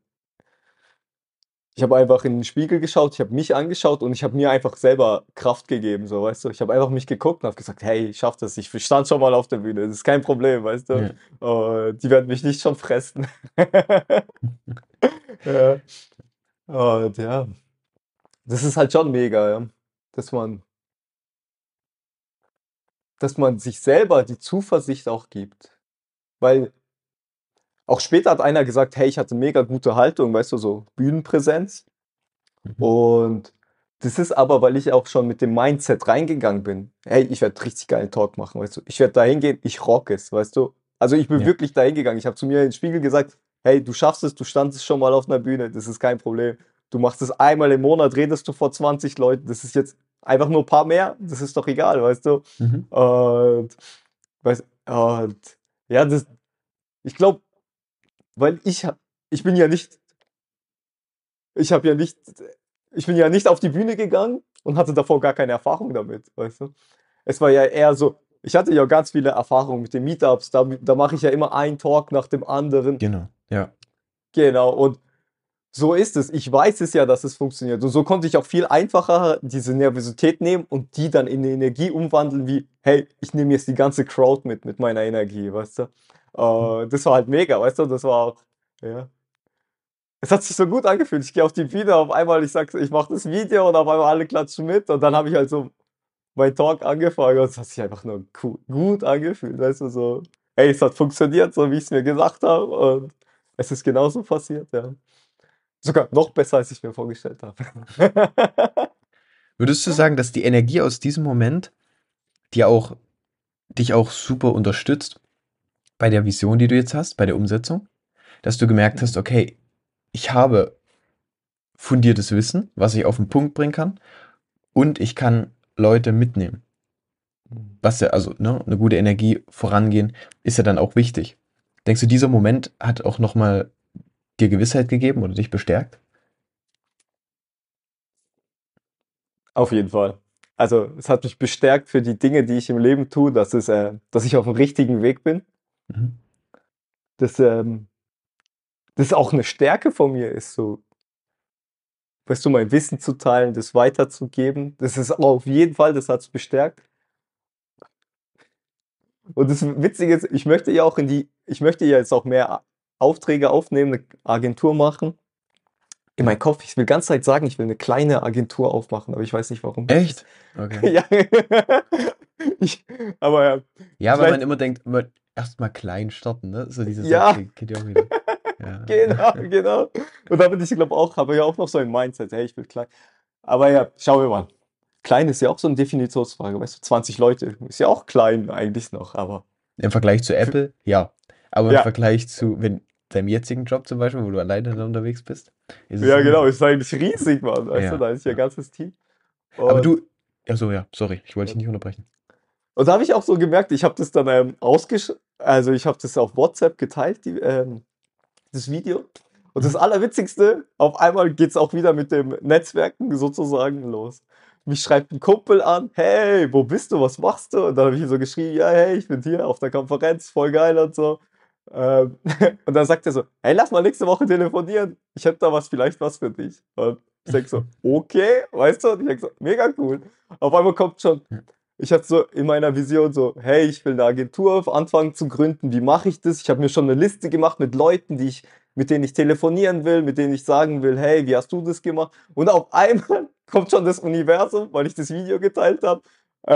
ich habe einfach in den Spiegel geschaut, ich habe mich angeschaut und ich habe mir einfach selber Kraft gegeben, so, weißt du. Ich habe einfach mich geguckt und habe gesagt, hey, ich schaff das, ich stand schon mal auf der Bühne, das ist kein Problem, weißt du. Ja. Die werden mich nicht schon fressen. Ja. Und ja, das ist halt schon mega, ja. Dass man, dass man sich selber die Zuversicht auch gibt. Weil auch später hat einer gesagt, hey, ich hatte mega gute Haltung, weißt du, so Bühnenpräsenz. Mhm. Und das ist aber, weil ich auch schon mit dem Mindset reingegangen bin. Hey, ich werde richtig geilen Talk machen, weißt du. Ich werde da hingehen, ich rock es, weißt du. Also ich bin Ja. wirklich da hingegangen. Ich habe zu mir in den Spiegel gesagt, hey, du schaffst es, du standest schon mal auf einer Bühne, das ist kein Problem. Du machst es einmal im Monat, redest du vor 20 Leuten, das ist jetzt einfach nur ein paar mehr, das ist doch egal, weißt du. Mhm. Und, und ja, ich glaube, weil ich bin ja nicht ich habe ja nicht ich bin ja nicht auf die Bühne gegangen und hatte davor gar keine Erfahrung damit, weißt du? Es war ja eher so, ich hatte ja ganz viele Erfahrungen mit den Meetups, da mache ich ja immer einen Talk nach dem anderen. Genau. Ja. Genau, und so ist es. Ich weiß es ja, dass es funktioniert. Und so konnte ich auch viel einfacher diese Nervosität nehmen und die dann in Energie umwandeln, wie, hey, ich nehme jetzt die ganze Crowd mit meiner Energie, weißt du? Das war halt mega, weißt du? Das war auch, ja. Es hat sich so gut angefühlt. Ich gehe auf die Bühne, auf einmal, ich sag, ich mache das Video und auf einmal alle klatschen mit und dann habe ich halt so meinen Talk angefangen und es hat sich einfach nur gut angefühlt, weißt du, so, hey, es hat funktioniert, so wie ich es mir gesagt habe und es ist genauso passiert, ja. Sogar noch besser, als ich mir vorgestellt habe. Würdest du sagen, dass die Energie aus diesem Moment dir auch, dich auch super unterstützt bei der Vision, die du jetzt hast, bei der Umsetzung? Dass du gemerkt hast, okay, ich habe fundiertes Wissen, was ich auf den Punkt bringen kann und ich kann Leute mitnehmen. Was ja, also, ne, eine gute Energie vorangehen, ist ja dann auch wichtig. Denkst du, dieser Moment hat auch nochmal dir Gewissheit gegeben oder dich bestärkt? Auf jeden Fall. Also, es hat mich bestärkt für die Dinge, die ich im Leben tue, dass ich auf dem richtigen Weg bin, Mhm. dass, das auch eine Stärke von mir ist, so, weißt du, mein Wissen zu teilen, das weiterzugeben. Das ist auf jeden Fall, das hat es bestärkt. Und das Witzige ist, ich möchte ja jetzt auch mehr Aufträge aufnehmen, eine Agentur machen. In Ja. meinem Kopf, ich will die ganze Zeit sagen, ich will eine kleine Agentur aufmachen, aber ich weiß nicht warum. Echt? Okay. Ja. Ich, aber ja, Ja, weil man vielleicht, immer denkt, immer erstmal klein starten, ne? So diese ja, Sätze kennt ihr auch wieder. Ja. genau, genau. Und da bin ich, glaube auch, habe ich auch noch so ein Mindset, hey, ich will klein. Aber ja, schauen wir mal. Klein ist ja auch so eine Definitionsfrage, weißt du, 20 Leute ist ja auch klein eigentlich noch, aber Im Vergleich zu für, Apple, ja. Aber im ja, Vergleich zu deinem jetzigen Job zum Beispiel, wo du alleine dann unterwegs bist, ist es ja, genau, riesig. ist eigentlich riesig, Mann, weißt du, Ja, da ist ja ein ja. ganzes Team. Aber Und, du, ja, so, ja, sorry, ich wollte dich nicht unterbrechen. und da habe ich auch so gemerkt, ich habe das dann also ich habe das auf WhatsApp geteilt, das Video. Und das Mhm. Allerwitzigste, auf einmal geht es auch wieder mit dem Netzwerken sozusagen los. Mich schreibt ein Kumpel an, hey, wo bist du, was machst du? Und dann habe ich ihm so geschrieben, ja, hey, ich bin hier auf der Konferenz, voll geil und so. Ähm, und dann sagt er so, hey, lass mal nächste Woche telefonieren, ich hätte da vielleicht was für dich. Und ich denke so, okay, weißt du, und ich denke so, mega cool. Auf einmal kommt schon, Ja. ich hatte so in meiner Vision so, hey, ich will eine Agentur anfangen zu gründen, wie mache ich das? Ich habe mir schon eine Liste gemacht mit Leuten, mit denen ich telefonieren will, mit denen ich sagen will, hey, wie hast du das gemacht? Und auf einmal kommt schon das Universum, weil ich das Video geteilt habe. Äh,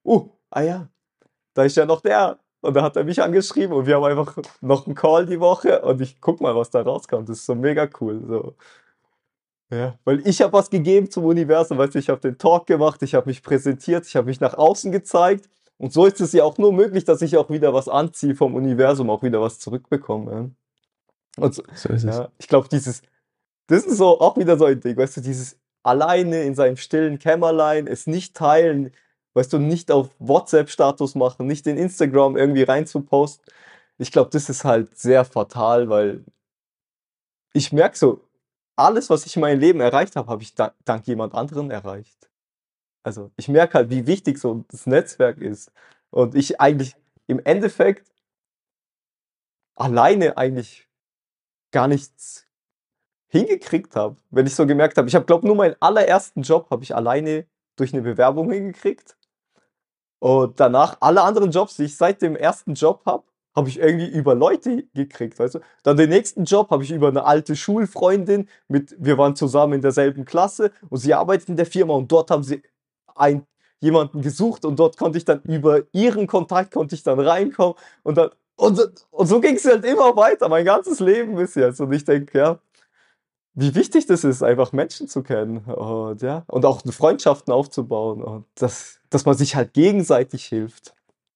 ah ja, da ist ja noch der. Und da hat er mich angeschrieben und wir haben einfach noch einen Call die Woche und ich guck mal, was da rauskommt. Das ist so mega cool. So. Ja, weil ich habe was gegeben zum Universum, weißt du, ich habe den Talk gemacht, ich habe mich präsentiert, ich habe mich nach außen gezeigt und so ist es ja auch nur möglich, dass ich auch wieder was anziehe vom Universum, auch wieder was zurückbekomme. Ja. Und so, So ist es. ja, ich glaube, das ist so auch wieder so ein Ding, weißt du, dieses alleine in seinem stillen Kämmerlein, es nicht teilen, weißt du, nicht auf WhatsApp-Status machen, nicht in Instagram irgendwie rein zu posten. Ich glaube, das ist halt sehr fatal, weil ich merke so, alles, was ich in meinem Leben erreicht habe, habe ich dank jemand anderen erreicht. Also ich merke halt, wie wichtig so das Netzwerk ist. Und ich eigentlich im Endeffekt alleine eigentlich gar nichts hingekriegt habe. Wenn ich so gemerkt habe, ich habe, glaube nur meinen allerersten Job habe ich alleine durch eine Bewerbung hingekriegt. Und danach alle anderen Jobs, die ich seit dem ersten Job habe ich irgendwie über Leute gekriegt, weißt du? Dann den nächsten Job habe ich über eine alte Schulfreundin wir waren zusammen in derselben Klasse und sie arbeitet in der Firma und dort haben sie ein, jemanden gesucht und dort konnte ich dann über ihren Kontakt konnte ich dann reinkommen und so ging es halt immer weiter, mein ganzes Leben bis jetzt. Und ich denke, ja, wie wichtig das ist, einfach Menschen zu kennen und ja, und auch Freundschaften aufzubauen und dass man sich halt gegenseitig hilft.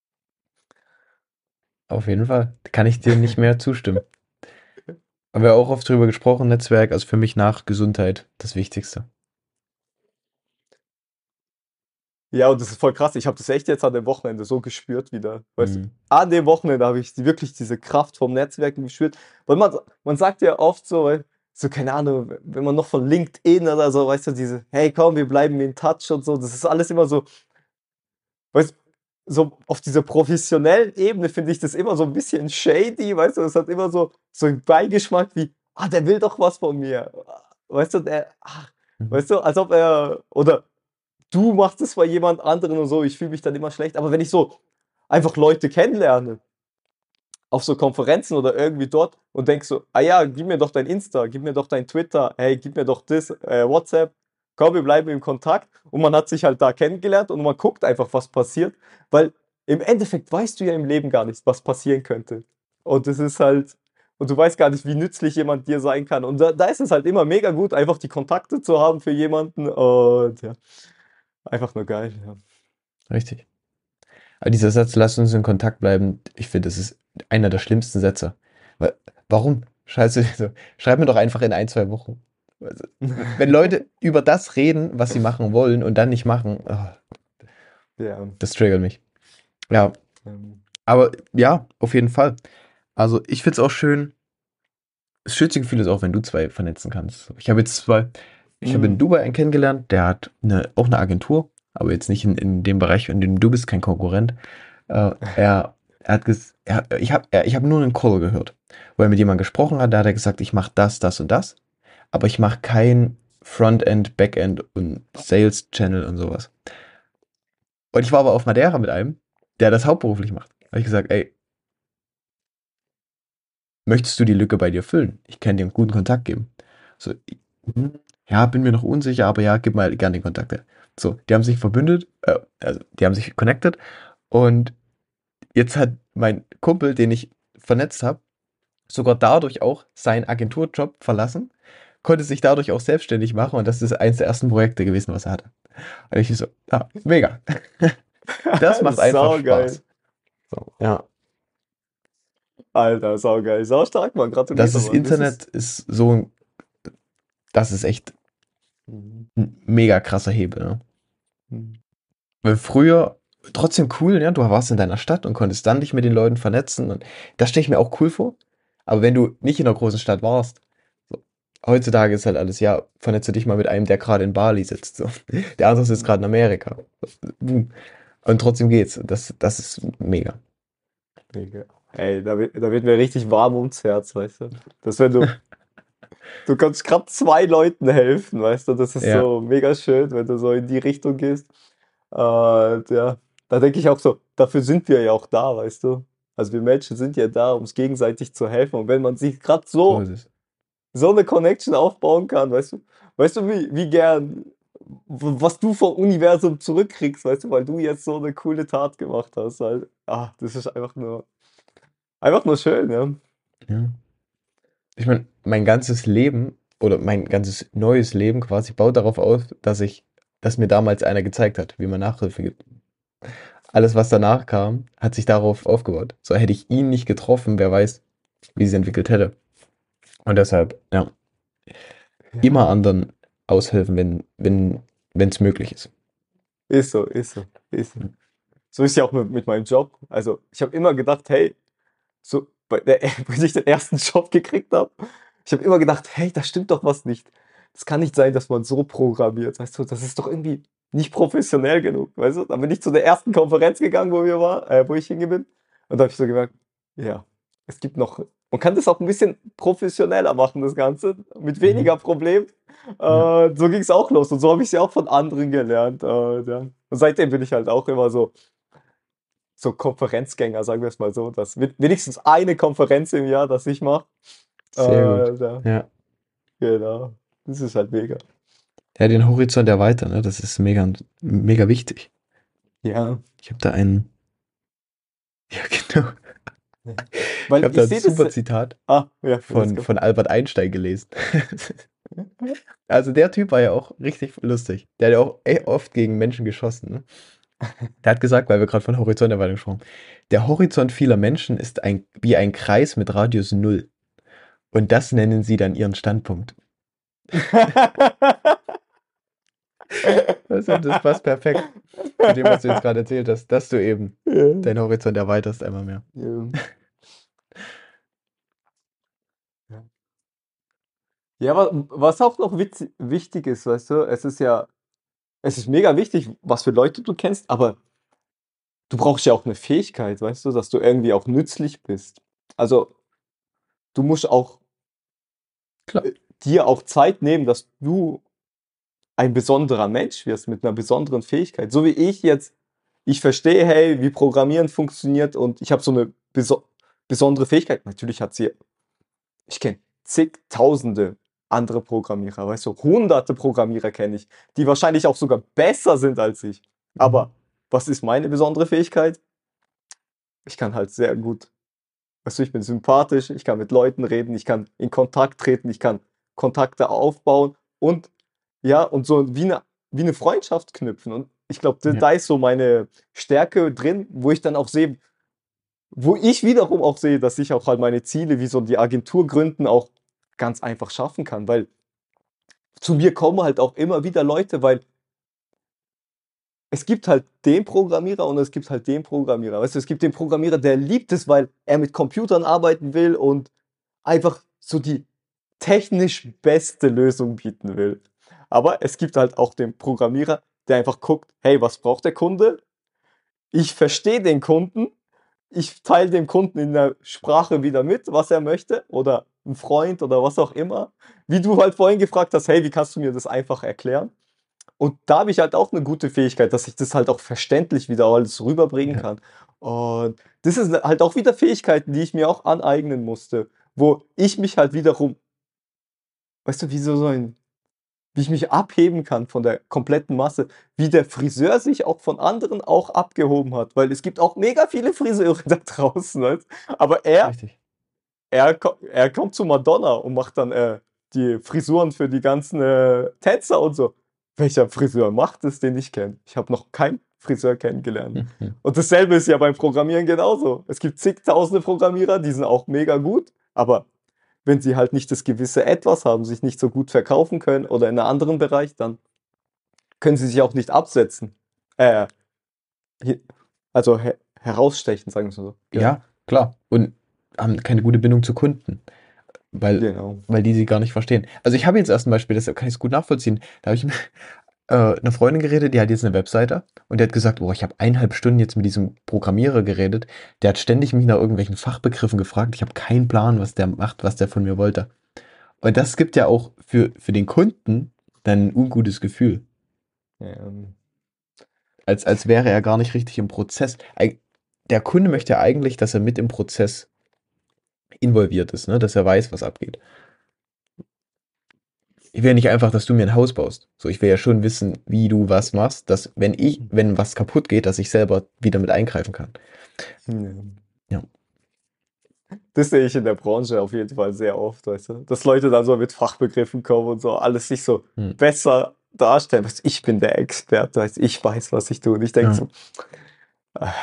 Auf jeden Fall. Kann ich dir nicht mehr zustimmen. Haben wir auch oft drüber gesprochen, Netzwerk, also für mich nach Gesundheit das Wichtigste. Ja, und das ist voll krass. Ich habe das echt jetzt an dem Wochenende so gespürt wieder. Weißt du, Mhm. an dem Wochenende habe ich wirklich diese Kraft vom Netzwerken gespürt. Weil man sagt ja oft so, so, keine Ahnung, wenn man noch von LinkedIn oder so, weißt du, hey komm, wir bleiben in Touch und so, das ist alles immer so, weißt du, so auf dieser professionellen Ebene finde ich das immer so ein bisschen shady, weißt du, es hat immer so einen Beigeschmack wie, der will doch was von mir. Weißt du, Mhm. weißt du, als ob oder du machst es bei jemand anderen und so, ich fühle mich dann immer schlecht. Aber wenn ich so einfach Leute kennenlerne, auf so Konferenzen oder irgendwie dort und denk so, ah ja, gib mir doch dein Insta, gib mir doch dein Twitter, hey, gib mir doch das, WhatsApp, komm, wir bleiben im Kontakt und man hat sich halt da kennengelernt und man guckt einfach, was passiert, weil im Endeffekt weißt du ja im Leben gar nicht, was passieren könnte. Und das ist halt, und du weißt gar nicht, wie nützlich jemand dir sein kann. Und da ist es halt immer mega gut, einfach die Kontakte zu haben für jemanden und ja, einfach nur geil. Ja. Richtig. Aber dieser Satz, lass uns in Kontakt bleiben, ich finde, das ist einer der schlimmsten Sätze. Weil, warum? Scheiße, so, schreib mir doch einfach in ein, zwei Wochen. Also, wenn Leute über das reden, was sie machen wollen und dann nicht machen, Ja. das triggert mich. Ja, Ähm, aber ja, auf jeden Fall. Also ich finde es auch schön, das schönste Gefühl ist auch, wenn du zwei vernetzen kannst. Ich habe in mm, Dubai einen kennengelernt, der hat auch eine Agentur, aber jetzt nicht in dem Bereich, in dem du bist, kein Konkurrent. Er hat ich habe nur einen Call gehört, wo er mit jemandem gesprochen hat, da hat er gesagt, ich mache das, das und das, aber ich mache kein Frontend, Backend und Sales Channel und sowas. Und ich war aber auf Madeira mit einem, der das hauptberuflich macht. Da habe ich gesagt, ey, möchtest du die Lücke bei dir füllen? Ich kann dir einen guten Kontakt geben. So, mhm. Ja, bin mir noch unsicher, aber ja, gib mal gerne den Kontakt. So, die haben sich verbündet, also die haben sich connected und jetzt hat mein Kumpel, den ich vernetzt habe, sogar dadurch auch seinen Agenturjob verlassen, konnte sich dadurch auch selbstständig machen und das ist eins der ersten Projekte gewesen, was er hatte. Und ich so, mega. Das das macht ist einfach saugeil. Spaß. So, ja. Alter, saugeil. Sau stark, Mann. Das Gratuliere, ist Mann. Das ist. Internet ist so, das ist echt Mhm. ein mega krasser Hebel, ne? Mhm. Weil früher, trotzdem cool, ja, du warst in deiner Stadt und konntest dann dich mit den Leuten vernetzen und das stelle ich mir auch cool vor. Aber wenn du nicht in einer großen Stadt warst, so, heutzutage ist halt alles, ja, vernetze dich mal mit einem, der gerade in Bali sitzt, so. Der andere sitzt gerade in Amerika. Boom. Und trotzdem geht's. Das ist mega. Mega. Ey, da wird mir richtig warm ums Herz, weißt du? Dass wenn du kannst gerade zwei Leuten helfen, weißt du? Das ist Ja, so mega schön, wenn du so in die Richtung gehst. Ja, da denke ich auch so, dafür sind wir ja auch da, weißt du? Also wir Menschen sind ja da, um uns gegenseitig zu helfen. Und wenn man sich gerade so ist es. so eine Connection aufbauen kann, weißt du, wie gern. was du vom Universum zurückkriegst, weißt du, weil du jetzt so eine coole Tat gemacht hast. Halt. Das ist einfach nur schön, ja. Ja. Ich meine, mein ganzes Leben oder mein ganzes neues Leben quasi baut darauf auf, dass mir damals einer gezeigt hat, wie man Nachhilfe gibt. Alles, was danach kam, hat sich darauf aufgebaut. So hätte ich ihn nicht getroffen, wer weiß, wie sie entwickelt hätte. Und deshalb, ja, immer Ja. anderen aushelfen, wenn es möglich ist. Ist so, ist so, ist so. So ist ja auch mit meinem Job. Also ich habe immer gedacht, hey, so als ich den ersten Job gekriegt habe, ich habe immer gedacht, hey, da stimmt doch was nicht. Das kann nicht sein, dass man so programmiert. Weißt du, das ist doch irgendwie nicht professionell genug. Weißt du, dann bin ich zu der ersten Konferenz gegangen, wo ich hingegangen bin. Und da habe ich so gemerkt, ja, es gibt noch, man kann das auch ein bisschen professioneller machen, das Ganze, mit Mhm. weniger Problem. Ja, So ging es auch los und so habe ich es ja auch von anderen gelernt. Ja. Und seitdem bin ich halt auch immer so Konferenzgänger, sagen wir es mal so, dass wenigstens eine Konferenz im Jahr, das ich mache. sehr gut. Ja, Ja. genau. Das ist halt mega. Ja, den Horizont erweitern, ne? Das ist mega, mega wichtig. Ja. Ich habe da einen, ja, genau. Ich Weil habe da ich ein sehe das. super Zitat Ja, let's go. von Albert Einstein gelesen. Also der Typ war ja auch richtig lustig. Der hat ja auch oft gegen Menschen geschossen. Ne? Der hat gesagt, weil wir gerade von Horizonterweiterung gesprochen haben, der Horizont vieler Menschen ist wie ein Kreis mit Radius null. Und das nennen sie dann ihren Standpunkt. Also das passt perfekt zu dem, was du jetzt gerade erzählt hast, dass du eben Ja. deinen Horizont erweiterst einmal mehr. Ja. Ja. Ja, was auch noch wichtig ist, weißt du, es ist mega wichtig, was für Leute du kennst, aber du brauchst ja auch eine Fähigkeit, weißt du, dass du irgendwie auch nützlich bist. Also, du musst auch Klar. dir auch Zeit nehmen, dass du ein besonderer Mensch wirst mit einer besonderen Fähigkeit. So wie ich jetzt, ich verstehe, hey, wie Programmieren funktioniert und ich habe so eine besondere Fähigkeit. Natürlich hat sie, ich kenne zigtausende andere Programmierer, weißt du, hunderte Programmierer kenne ich, die wahrscheinlich auch sogar besser sind als ich. Mhm. Aber was ist meine besondere Fähigkeit? Ich kann halt sehr gut, weißt du, ich bin sympathisch, ich kann mit Leuten reden, ich kann in Kontakt treten, ich kann Kontakte aufbauen und ja, und so wie eine Freundschaft knüpfen. Und ich glaube, Ja, da ist so meine Stärke drin, wo ich dann auch sehe, wo ich wiederum auch sehe, dass ich auch halt meine Ziele wie so die Agentur gründen auch ganz einfach schaffen kann, weil zu mir kommen halt auch immer wieder Leute, weil es gibt halt den Programmierer und es gibt halt den Programmierer. Weißt du, es gibt den Programmierer, der liebt es, weil er mit Computern arbeiten will und einfach so die technisch beste Lösung bieten will. Aber es gibt halt auch den Programmierer, der einfach guckt, hey, was braucht der Kunde? Ich verstehe den Kunden, ich teile dem Kunden in der Sprache wieder mit, was er möchte, oder ein Freund oder was auch immer. Wie du halt vorhin gefragt hast, hey, wie kannst du mir das einfach erklären? Und da habe ich halt auch eine gute Fähigkeit, dass ich das halt auch verständlich wieder alles rüberbringen ja, kann. Und das ist halt auch wieder Fähigkeiten, die ich mir auch aneignen musste, wo ich mich halt wiederum, weißt du, wie ich mich abheben kann von der kompletten Masse, wie der Friseur sich auch von anderen auch abgehoben hat, weil es gibt auch mega viele Friseure da draußen, weißt? Aber richtig. er kommt zu Madonna und macht dann die Frisuren für die ganzen Tänzer und so. Welcher Friseur macht es, den ich kenne? Ich habe noch keinen Friseur kennengelernt. Mhm. Und dasselbe ist ja beim Programmieren genauso. Es gibt zigtausende Programmierer, die sind auch mega gut, aber wenn sie halt nicht das gewisse Etwas haben, sich nicht so gut verkaufen können oder in einem anderen Bereich, dann können sie sich auch nicht absetzen. Äh, also herausstechen, sagen wir so. Ja, Ja, klar. Und haben keine gute Bindung zu Kunden, weil, genau. weil die sie gar nicht verstehen. Also ich habe jetzt erst ein Beispiel, deshalb kann ich es gut nachvollziehen. Da habe ich mit einer Freundin geredet, die hat jetzt eine Webseite und die hat gesagt, boah, ich habe 1,5 Stunden jetzt mit diesem Programmierer geredet. Der hat ständig mich nach irgendwelchen Fachbegriffen gefragt. Ich habe keinen Plan, was der macht, was der von mir wollte. Und das gibt ja auch für den Kunden dann ein ungutes Gefühl. Ähm, Als wäre er gar nicht richtig im Prozess. Der Kunde möchte ja eigentlich, dass er mit im Prozess involviert ist, ne? Dass er weiß, was abgeht. Ich will ja nicht einfach, dass du mir ein Haus baust. So, ich will ja schon wissen, wie du was machst, dass wenn was kaputt geht, dass ich selber wieder mit eingreifen kann. Ja. Ja. Das sehe ich in der Branche auf jeden Fall sehr oft, weißt du? Dass Leute dann so mit Fachbegriffen kommen und so alles sich so Hm. besser darstellen. Weißt du, ich bin der Experte, weißt du, ich weiß, was ich tue. Und ich denke Ja. so, ah,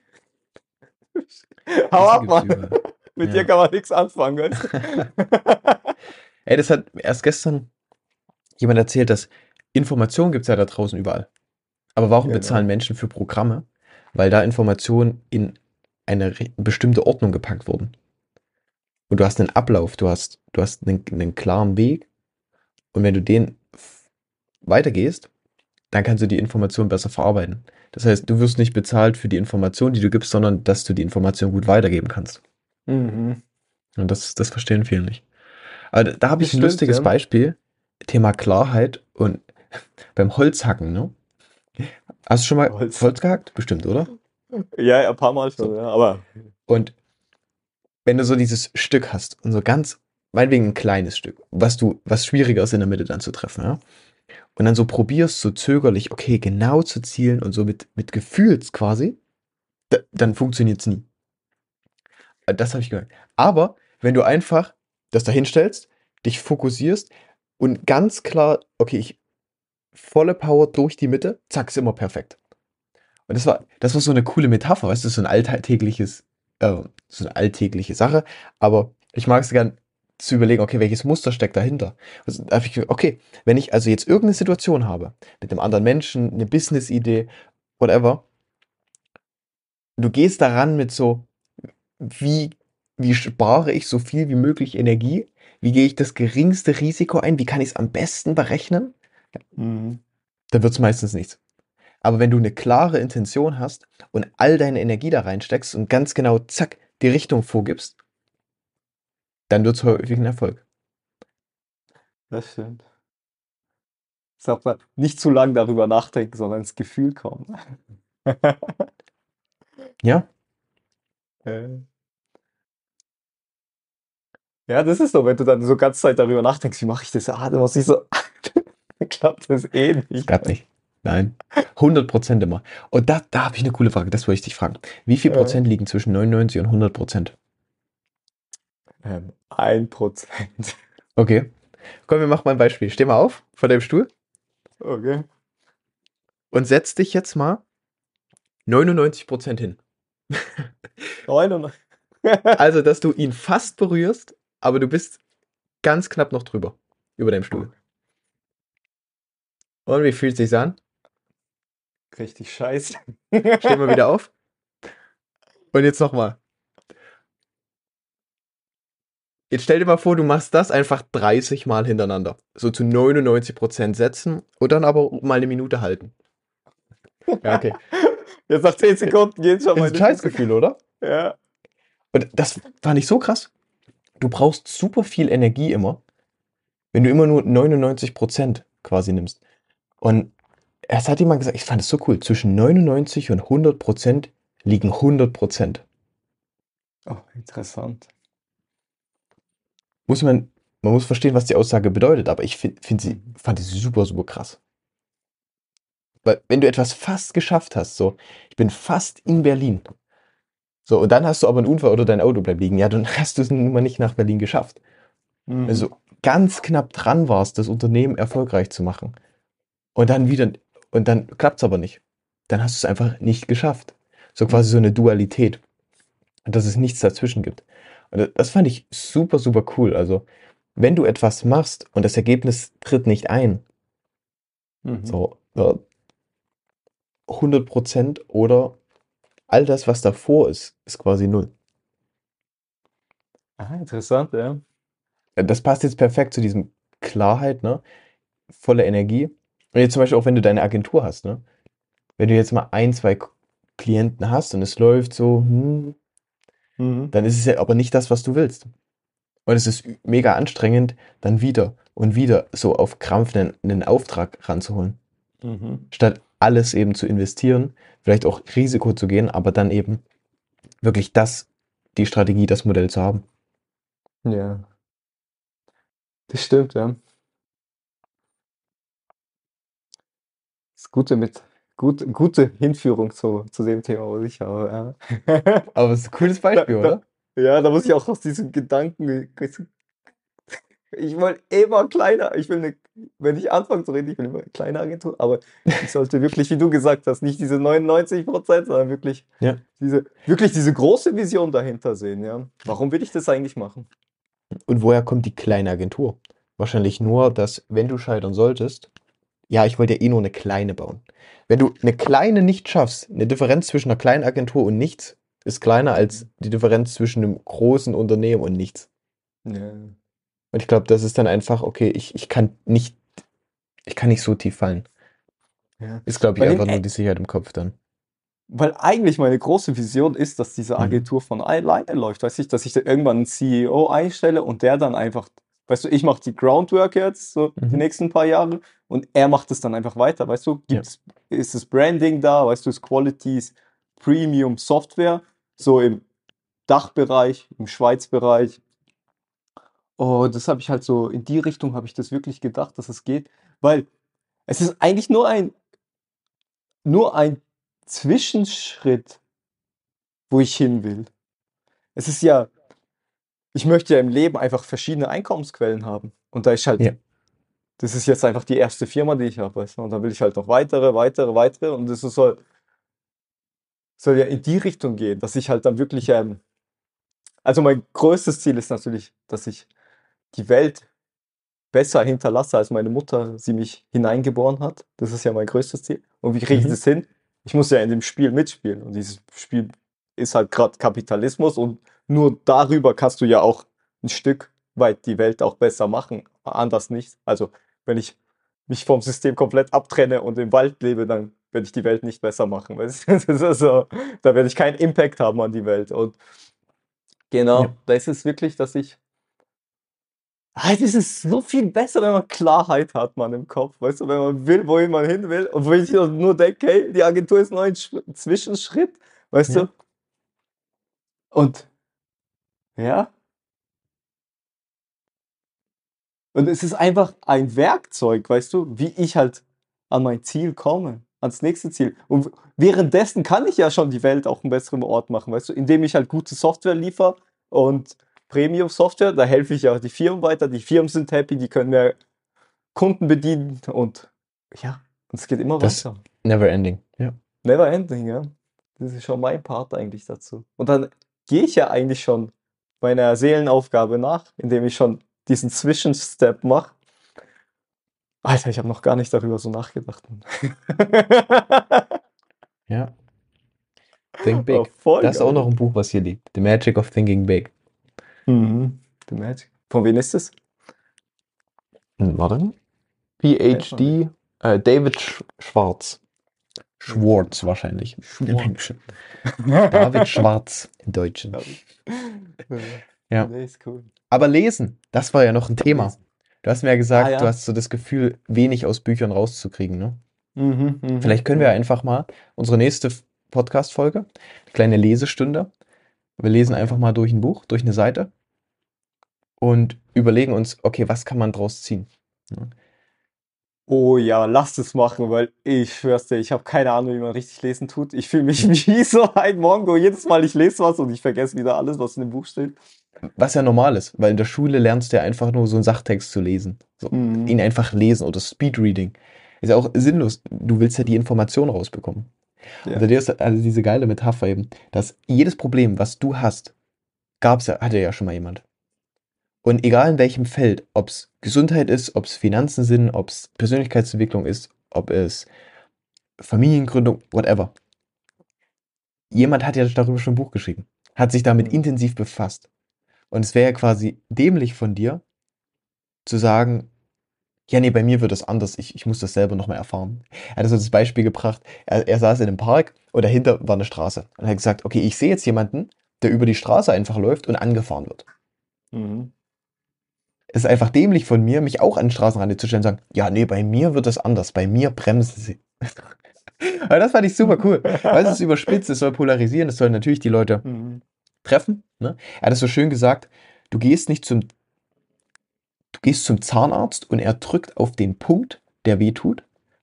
hau Wissen ab, gibt's Mann. überall. Mit dir Ja. kann man nichts anfangen, weißt du? Ey, das hat erst gestern jemand erzählt, dass Informationen gibt's ja da draußen überall. Aber warum bezahlen Genau. Menschen für Programme? Weil da Informationen in eine bestimmte Ordnung gepackt wurden. Und du hast einen Ablauf, du hast einen klaren Weg. Und wenn du den weitergehst, dann kannst du die Information besser verarbeiten. Das heißt, du wirst nicht bezahlt für die Information, die du gibst, sondern dass du die Information gut weitergeben kannst. Mhm. Und das verstehen viele nicht. Aber da habe Das ich ein stimmt, lustiges ja. Beispiel. Thema Klarheit und beim Holzhacken, ne? Hast du schon mal Holz. Holz gehackt? Bestimmt, oder? Ja, ein paar Mal So. schon, ja. Aber Und wenn du so dieses Stück hast und so ganz, meinetwegen ein kleines Stück, was schwieriger ist in der Mitte dann zu treffen, ja? Und dann so probierst, so zögerlich, okay, genau zu zielen und so mit Gefühls quasi, dann funktioniert es nie. Das habe ich gehört. Aber wenn du einfach das da hinstellst, dich fokussierst und ganz klar, okay, ich volle Power durch die Mitte, zack, ist immer perfekt. Und das war so eine coole Metapher, weißt du, so eine alltägliche Sache, aber ich mag es gern zu überlegen, okay, welches Muster steckt dahinter? Also, da hab ich gedacht, okay, wenn ich also jetzt irgendeine Situation habe, mit einem anderen Menschen, eine Business-Idee, whatever, du gehst daran mit so, wie, wie spare ich so viel wie möglich Energie? Wie gehe ich das geringste Risiko ein? Wie kann ich es am besten berechnen? mhm. Dann wird es meistens nichts. Aber wenn du eine klare Intention hast und all deine Energie da reinsteckst und ganz genau, zack, die Richtung vorgibst, dann wird es häufig ein Erfolg. Das stimmt. Sagt man, nicht zu lang darüber nachdenken, sondern ins Gefühl kommen. Ja, Äh, Ja, das ist so, wenn du dann so ganze Zeit darüber nachdenkst, wie mache ich das? Ah, dann muss ich so, dann klappt das eh es nicht. gab nicht. Nein. 100% immer. Und da habe ich eine coole Frage, das wollte ich dich fragen. Wie viel Äh, Prozent liegen zwischen 99 und 100%? 1%. Okay. Komm, wir machen mal ein Beispiel. Steh mal auf von deinem Stuhl Okay. und setz dich jetzt mal 99% hin. 99. Also, dass du ihn fast berührst, aber du bist ganz knapp noch drüber. Über deinem Stuhl. Und wie fühlt es sich an? Richtig scheiße. Steh mal wieder auf. Und jetzt nochmal. Jetzt stell dir mal vor, du machst das einfach 30 Mal hintereinander. So zu 99% setzen und dann aber mal eine Minute halten. Ja, okay. Jetzt nach 10 Sekunden gehen schon Ist ein meine Füße. Scheißgefühl, oder? Ja. Und das fand ich so krass. Du brauchst super viel Energie immer, wenn du immer nur 99% quasi nimmst. Und erst hat jemand gesagt, ich fand es so cool, zwischen 99 und 100% liegen 100%. Oh, interessant. Muss man muss verstehen, was die Aussage bedeutet, aber ich Mhm. fand sie super, super krass. Weil wenn du etwas fast geschafft hast, so, ich bin fast in Berlin, so, und dann hast du aber einen Unfall oder dein Auto bleibt liegen, ja, dann hast du es nun mal nicht nach Berlin geschafft. Mhm. Also ganz knapp dran warst, das Unternehmen erfolgreich zu machen. Und dann wieder, und dann klappt es aber nicht. Dann hast du es einfach nicht geschafft. So quasi so Mhm. eine Dualität. Und dass es nichts dazwischen gibt. Und das fand ich super, super cool. Also, wenn du etwas machst und das Ergebnis tritt nicht ein, Mhm. so 100% oder all das, was davor ist, ist quasi null. Ah, interessant, ja. Das passt jetzt perfekt zu diesem Klarheit, ne? Volle Energie. Und jetzt zum Beispiel auch, wenn du deine Agentur hast, ne? Wenn du jetzt mal ein, zwei Klienten hast und es läuft so, Mhm. dann ist es ja aber nicht das, was du willst. Und es ist mega anstrengend, dann wieder und wieder so auf Krampf einen Auftrag ranzuholen. Mhm. Statt alles eben zu investieren, vielleicht auch Risiko zu gehen, aber dann eben wirklich die Strategie, das Modell zu haben. Ja, das stimmt, ja. ist gute Hinführung zu dem Thema, was ich habe. Ja. Aber es ist ein cooles Da, Beispiel, da, oder? ja, da muss ich auch aus diesem Gedanken. Ich wollte immer kleiner. Wenn ich anfange zu reden, ich will immer eine kleine Agentur, aber ich sollte wirklich, wie du gesagt hast, nicht diese 99%, sondern Ja. wirklich diese große Vision dahinter sehen, ja. Warum will ich das eigentlich machen? Und woher kommt die kleine Agentur? Wahrscheinlich nur, dass, wenn du scheitern solltest, ja, ich wollte ja eh nur eine kleine bauen. Wenn du eine kleine nicht schaffst, eine Differenz zwischen einer kleinen Agentur und nichts ist kleiner als die Differenz zwischen einem großen Unternehmen und nichts. Ja, Und ich glaube, das ist dann einfach, okay, ich kann nicht so tief fallen. ja. Ist, glaube ich, Weil, einfach nur die Sicherheit im Kopf dann. weil eigentlich meine große Vision ist, dass diese Mhm. Agentur von alleine läuft. Weiß ich, dass ich da irgendwann einen CEO einstelle und der dann einfach, weißt du, ich mache die Groundwork jetzt, so die Mhm. nächsten paar Jahre, und er macht es dann einfach weiter. Weißt du, Ja. ist das Branding da, weißt du, ist Quality, ist Premium Software, so im Dachbereich, im Schweizbereich. Oh, das habe ich halt so, in die Richtung habe ich das wirklich gedacht, dass es geht, weil es ist eigentlich nur ein Zwischenschritt, wo ich hin will. Es ist ja, ich möchte ja im Leben einfach verschiedene Einkommensquellen haben. Und da ist halt, Ja. das ist jetzt einfach die erste Firma, die ich habe, weißt du? Und da will ich halt noch weitere. Und soll ja in die Richtung gehen, dass ich halt dann wirklich, also mein größtes Ziel ist natürlich, dass ich die Welt besser hinterlasse, als meine Mutter sie mich hineingeboren hat. Das ist ja mein größtes Ziel. Und wie kriege ich Mhm. das hin? Ich muss ja in dem Spiel mitspielen. Und dieses Spiel ist halt gerade Kapitalismus. Und nur darüber kannst du ja auch ein Stück weit die Welt auch besser machen. Anders nicht. Also, wenn ich mich vom System komplett abtrenne und im Wald lebe, dann werde ich die Welt nicht besser machen. Weißt du? Das ist so, da werde ich keinen Impact haben an die Welt. Und Ja. genau, da ist es wirklich, dass ich es ist so viel besser, wenn man Klarheit hat, man im Kopf, weißt du, wenn man will, wohin man hin will und wo ich nur denke, hey, die Agentur ist nur ein Zwischenschritt, weißt Ja. du? Und ja, und es ist einfach ein Werkzeug, weißt du, wie ich halt an mein Ziel komme, ans nächste Ziel. Und währenddessen kann ich ja schon die Welt auch einen besseren Ort machen, weißt du, indem ich halt gute Software liefere und Premium-Software, da helfe ich ja die Firmen weiter, die Firmen sind happy, die können mehr Kunden bedienen und ja, und es geht immer Das weiter. never ending. Ja. Never ending, ja. Das ist schon mein Part eigentlich dazu. Und dann gehe ich ja eigentlich schon meiner Seelenaufgabe nach, indem ich schon diesen Zwischenstep mache. Alter, ich habe noch gar nicht darüber so nachgedacht. Ja. Think Oh, big. voll Das ist auch noch geil. ein Buch, was hier liegt. The Magic of Thinking Big. Mhm. The Magic. Von wem ist es? Warte. Kennt man nicht. PhD, David Schwarz. David Schwartz wahrscheinlich im Schwartz. Englischen. David Schwarz im Deutschen. David. Ja. Ja. Nee, ist cool. Aber lesen, das war ja noch ein Thema. Lesen. Du hast mir ja Ah gesagt, du ja. hast so das Gefühl, wenig aus Büchern rauszukriegen, ne? Mhm. Vielleicht können wir einfach mal unsere nächste Podcast-Folge, eine kleine Lesestunde. Wir lesen Oh einfach ja. mal durch ein Buch, durch eine Seite und überlegen uns, okay, was kann man draus ziehen? Ja. Oh ja, lass es machen, weil ich schwör's dir, ich habe keine Ahnung, wie man richtig lesen tut. Ich fühle mich wie so ein Mongo. Jedes Mal ich lese was und ich vergesse wieder alles, was in dem Buch steht. Was ja normal ist, weil in der Schule lernst du ja einfach nur so einen Sachtext zu lesen. So, Mhm. ihn einfach lesen oder Speedreading. Ist ja auch sinnlos. Du willst ja die Information rausbekommen. Und Ja. bei dir ist also diese geile Metapher eben, dass jedes Problem, was du hast, hatte ja schon mal jemand. Und egal in welchem Feld, ob es Gesundheit ist, ob es Finanzen sind, ob es Persönlichkeitsentwicklung ist, ob es Familiengründung, whatever. Jemand hat ja darüber schon ein Buch geschrieben, hat sich damit Mhm. intensiv befasst. Und es wäre ja quasi dämlich von dir zu sagen, ja, nee, bei mir wird das anders, ich muss das selber nochmal erfahren. Er hat so das Beispiel gebracht, er saß in einem Park und dahinter war eine Straße. Und er hat gesagt, okay, ich sehe jetzt jemanden, der über die Straße einfach läuft und angefahren wird. Mhm. Es ist einfach dämlich von mir, mich auch an den Straßenrand zu stellen und sagen, ja, nee, bei mir wird das anders, bei mir bremsen sie. Aber das fand ich super cool, weil es ist überspitzt, es soll polarisieren, es soll natürlich die Leute Mhm. treffen. Ne? Er hat es so schön gesagt, du gehst nicht du gehst zum Zahnarzt und er drückt auf den Punkt, der weh tut,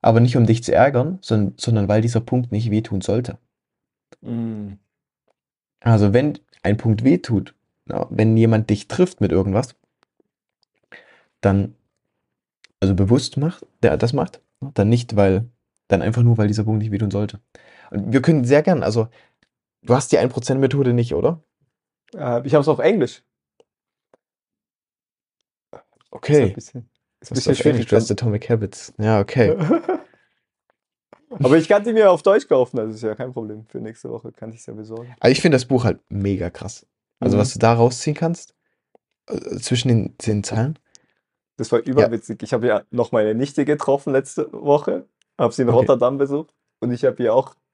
aber nicht um dich zu ärgern, sondern weil dieser Punkt nicht wehtun sollte. Mm. Also wenn ein Punkt wehtut, ja, wenn jemand dich trifft mit irgendwas, dann, also bewusst macht, der das macht, dann nicht, dann einfach nur, weil dieser Punkt nicht wehtun sollte. Und wir können sehr gern, also du hast die 1% Methode nicht, oder? Ich habe es auf Englisch. Ist ein Okay, bisschen, ist ein was ist bisschen auf Englisch? schwierig Du hast dann. Atomic Habits. Ja, okay. Aber ich kann die mir auf Deutsch kaufen, das ist ja kein Problem. Für nächste Woche kann ich es ja besorgen. Also ich finde das Buch halt mega krass. Also was Mhm. du da rausziehen kannst, zwischen den Zeilen. Das war Ja, überwitzig. Ich habe ja noch meine Nichte getroffen letzte Woche, habe sie in okay. Rotterdam besucht und ich habe ihr auch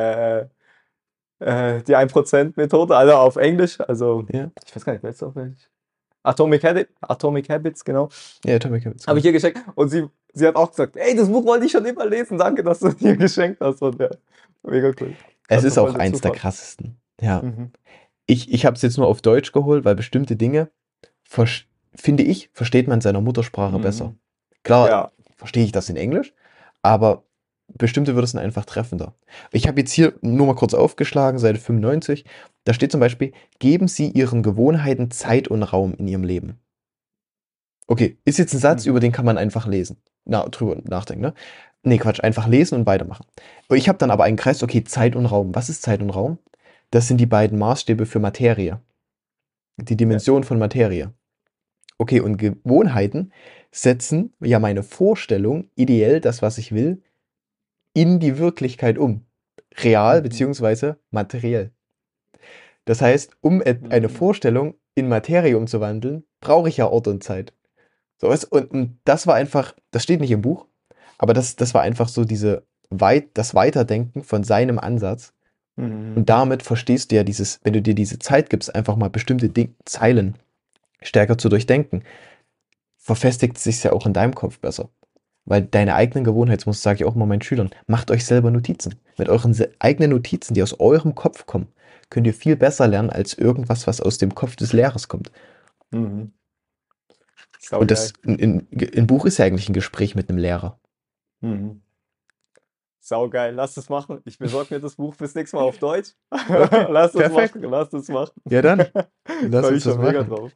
die 1% Methode, also auf Englisch, also Ja, ich weiß gar nicht, wer ist auf Englisch? Atomic Habits, genau. ja, Atomic Habits, Habe ich genau. ihr geschenkt und sie hat auch gesagt, ey, das Buch wollte ich schon immer lesen, danke, dass du es mir geschenkt hast. Und ja, mega cool. Es Gerade so ist voll auch der eins der Zufall. krassesten. Ja. Mhm. Ich habe es jetzt nur auf Deutsch geholt, weil bestimmte Dinge, finde ich, versteht man in seiner Muttersprache besser. Mhm. Klar, Ja. verstehe ich das in Englisch, aber bestimmte würde es dann einfach treffender. Ich habe jetzt hier nur mal kurz aufgeschlagen, Seite 95. Da steht zum Beispiel, geben Sie Ihren Gewohnheiten Zeit und Raum in Ihrem Leben. Okay, ist jetzt ein Satz, über Mhm. den kann man einfach lesen. Drüber nachdenken, ne? Nee, Quatsch, einfach lesen und weitermachen. Ich habe dann aber einen Kreis, okay, Zeit und Raum. Was ist Zeit und Raum? Das sind die beiden Maßstäbe für Materie. Die Ja. Dimension von Materie. Okay, und Gewohnheiten setzen ja meine Vorstellung, ideell das, was ich will, in die Wirklichkeit um. Real Mhm. beziehungsweise materiell. Das heißt, um eine Mhm. Vorstellung in Materie umzuwandeln, brauche ich ja Ort und Zeit. So, weißt, und das war einfach, das steht nicht im Buch, aber das war einfach so das Weiterdenken von seinem Ansatz. Und Mhm. damit verstehst du ja wenn du dir diese Zeit gibst, einfach mal bestimmte Zeilen stärker zu durchdenken, verfestigt sich ja auch in deinem Kopf besser. Weil deine eigenen Gewohnheitsmuster, sage ich auch mal meinen Schülern, macht euch selber Notizen. Mit euren eigenen Notizen, die aus eurem Kopf kommen, könnt ihr viel besser lernen als irgendwas, was aus dem Kopf des Lehrers kommt. Mhm. Und das Saugeil. ein Buch ist ja eigentlich ein Gespräch mit einem Lehrer. Mhm. Saugeil. Lass es machen. Ich besorge mir das Buch fürs nächste Mal auf Deutsch. Okay, Lass es perfekt. machen. Lass es machen. Ja dann, lass Freue uns mich das schon mega machen. drauf.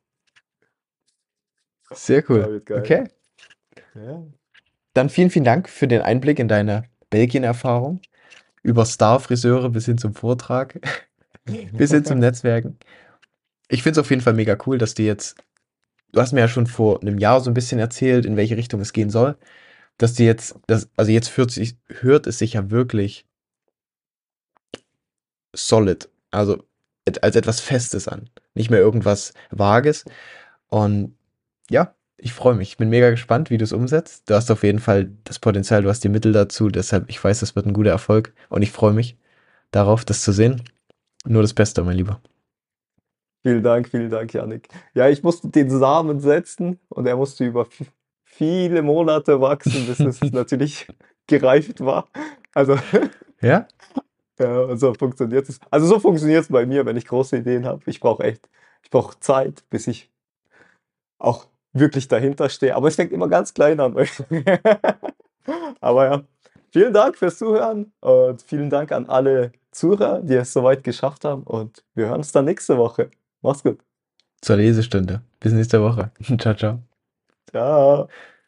Sehr Ja, cool. wird geil. Okay. Ja. Dann vielen, vielen Dank für den Einblick in deine Belgien-Erfahrung. Über Star-Friseure bis hin zum Vortrag, bis hin zum Netzwerken. Ich finde es auf jeden Fall mega cool, dass du hast mir ja schon vor einem Jahr so ein bisschen erzählt, in welche Richtung es gehen soll, dass die also jetzt hört es sich ja wirklich solid, also als etwas Festes an. Nicht mehr irgendwas Vages. Und ja, ich freue mich. Ich bin mega gespannt, wie du es umsetzt. Du hast auf jeden Fall das Potenzial, du hast die Mittel dazu. Deshalb, ich weiß, das wird ein guter Erfolg. Und ich freue mich darauf, das zu sehen. Nur das Beste, mein Lieber. Vielen Dank, Yannick. Ja, ich musste den Samen setzen und er musste über viele Monate wachsen, bis es natürlich gereift war. Also, Ja? ja, und so funktioniert es. Also so funktioniert es bei mir, wenn ich große Ideen habe. Ich brauche Zeit, bis ich auch wirklich dahinter stehe. Aber es fängt immer ganz klein an. Aber ja, vielen Dank fürs Zuhören und vielen Dank an alle Zuhörer, die es soweit geschafft haben. Und wir hören uns dann nächste Woche. Mach's gut. Zur Lesestunde. Bis nächste Woche. Ciao, ciao. Ciao.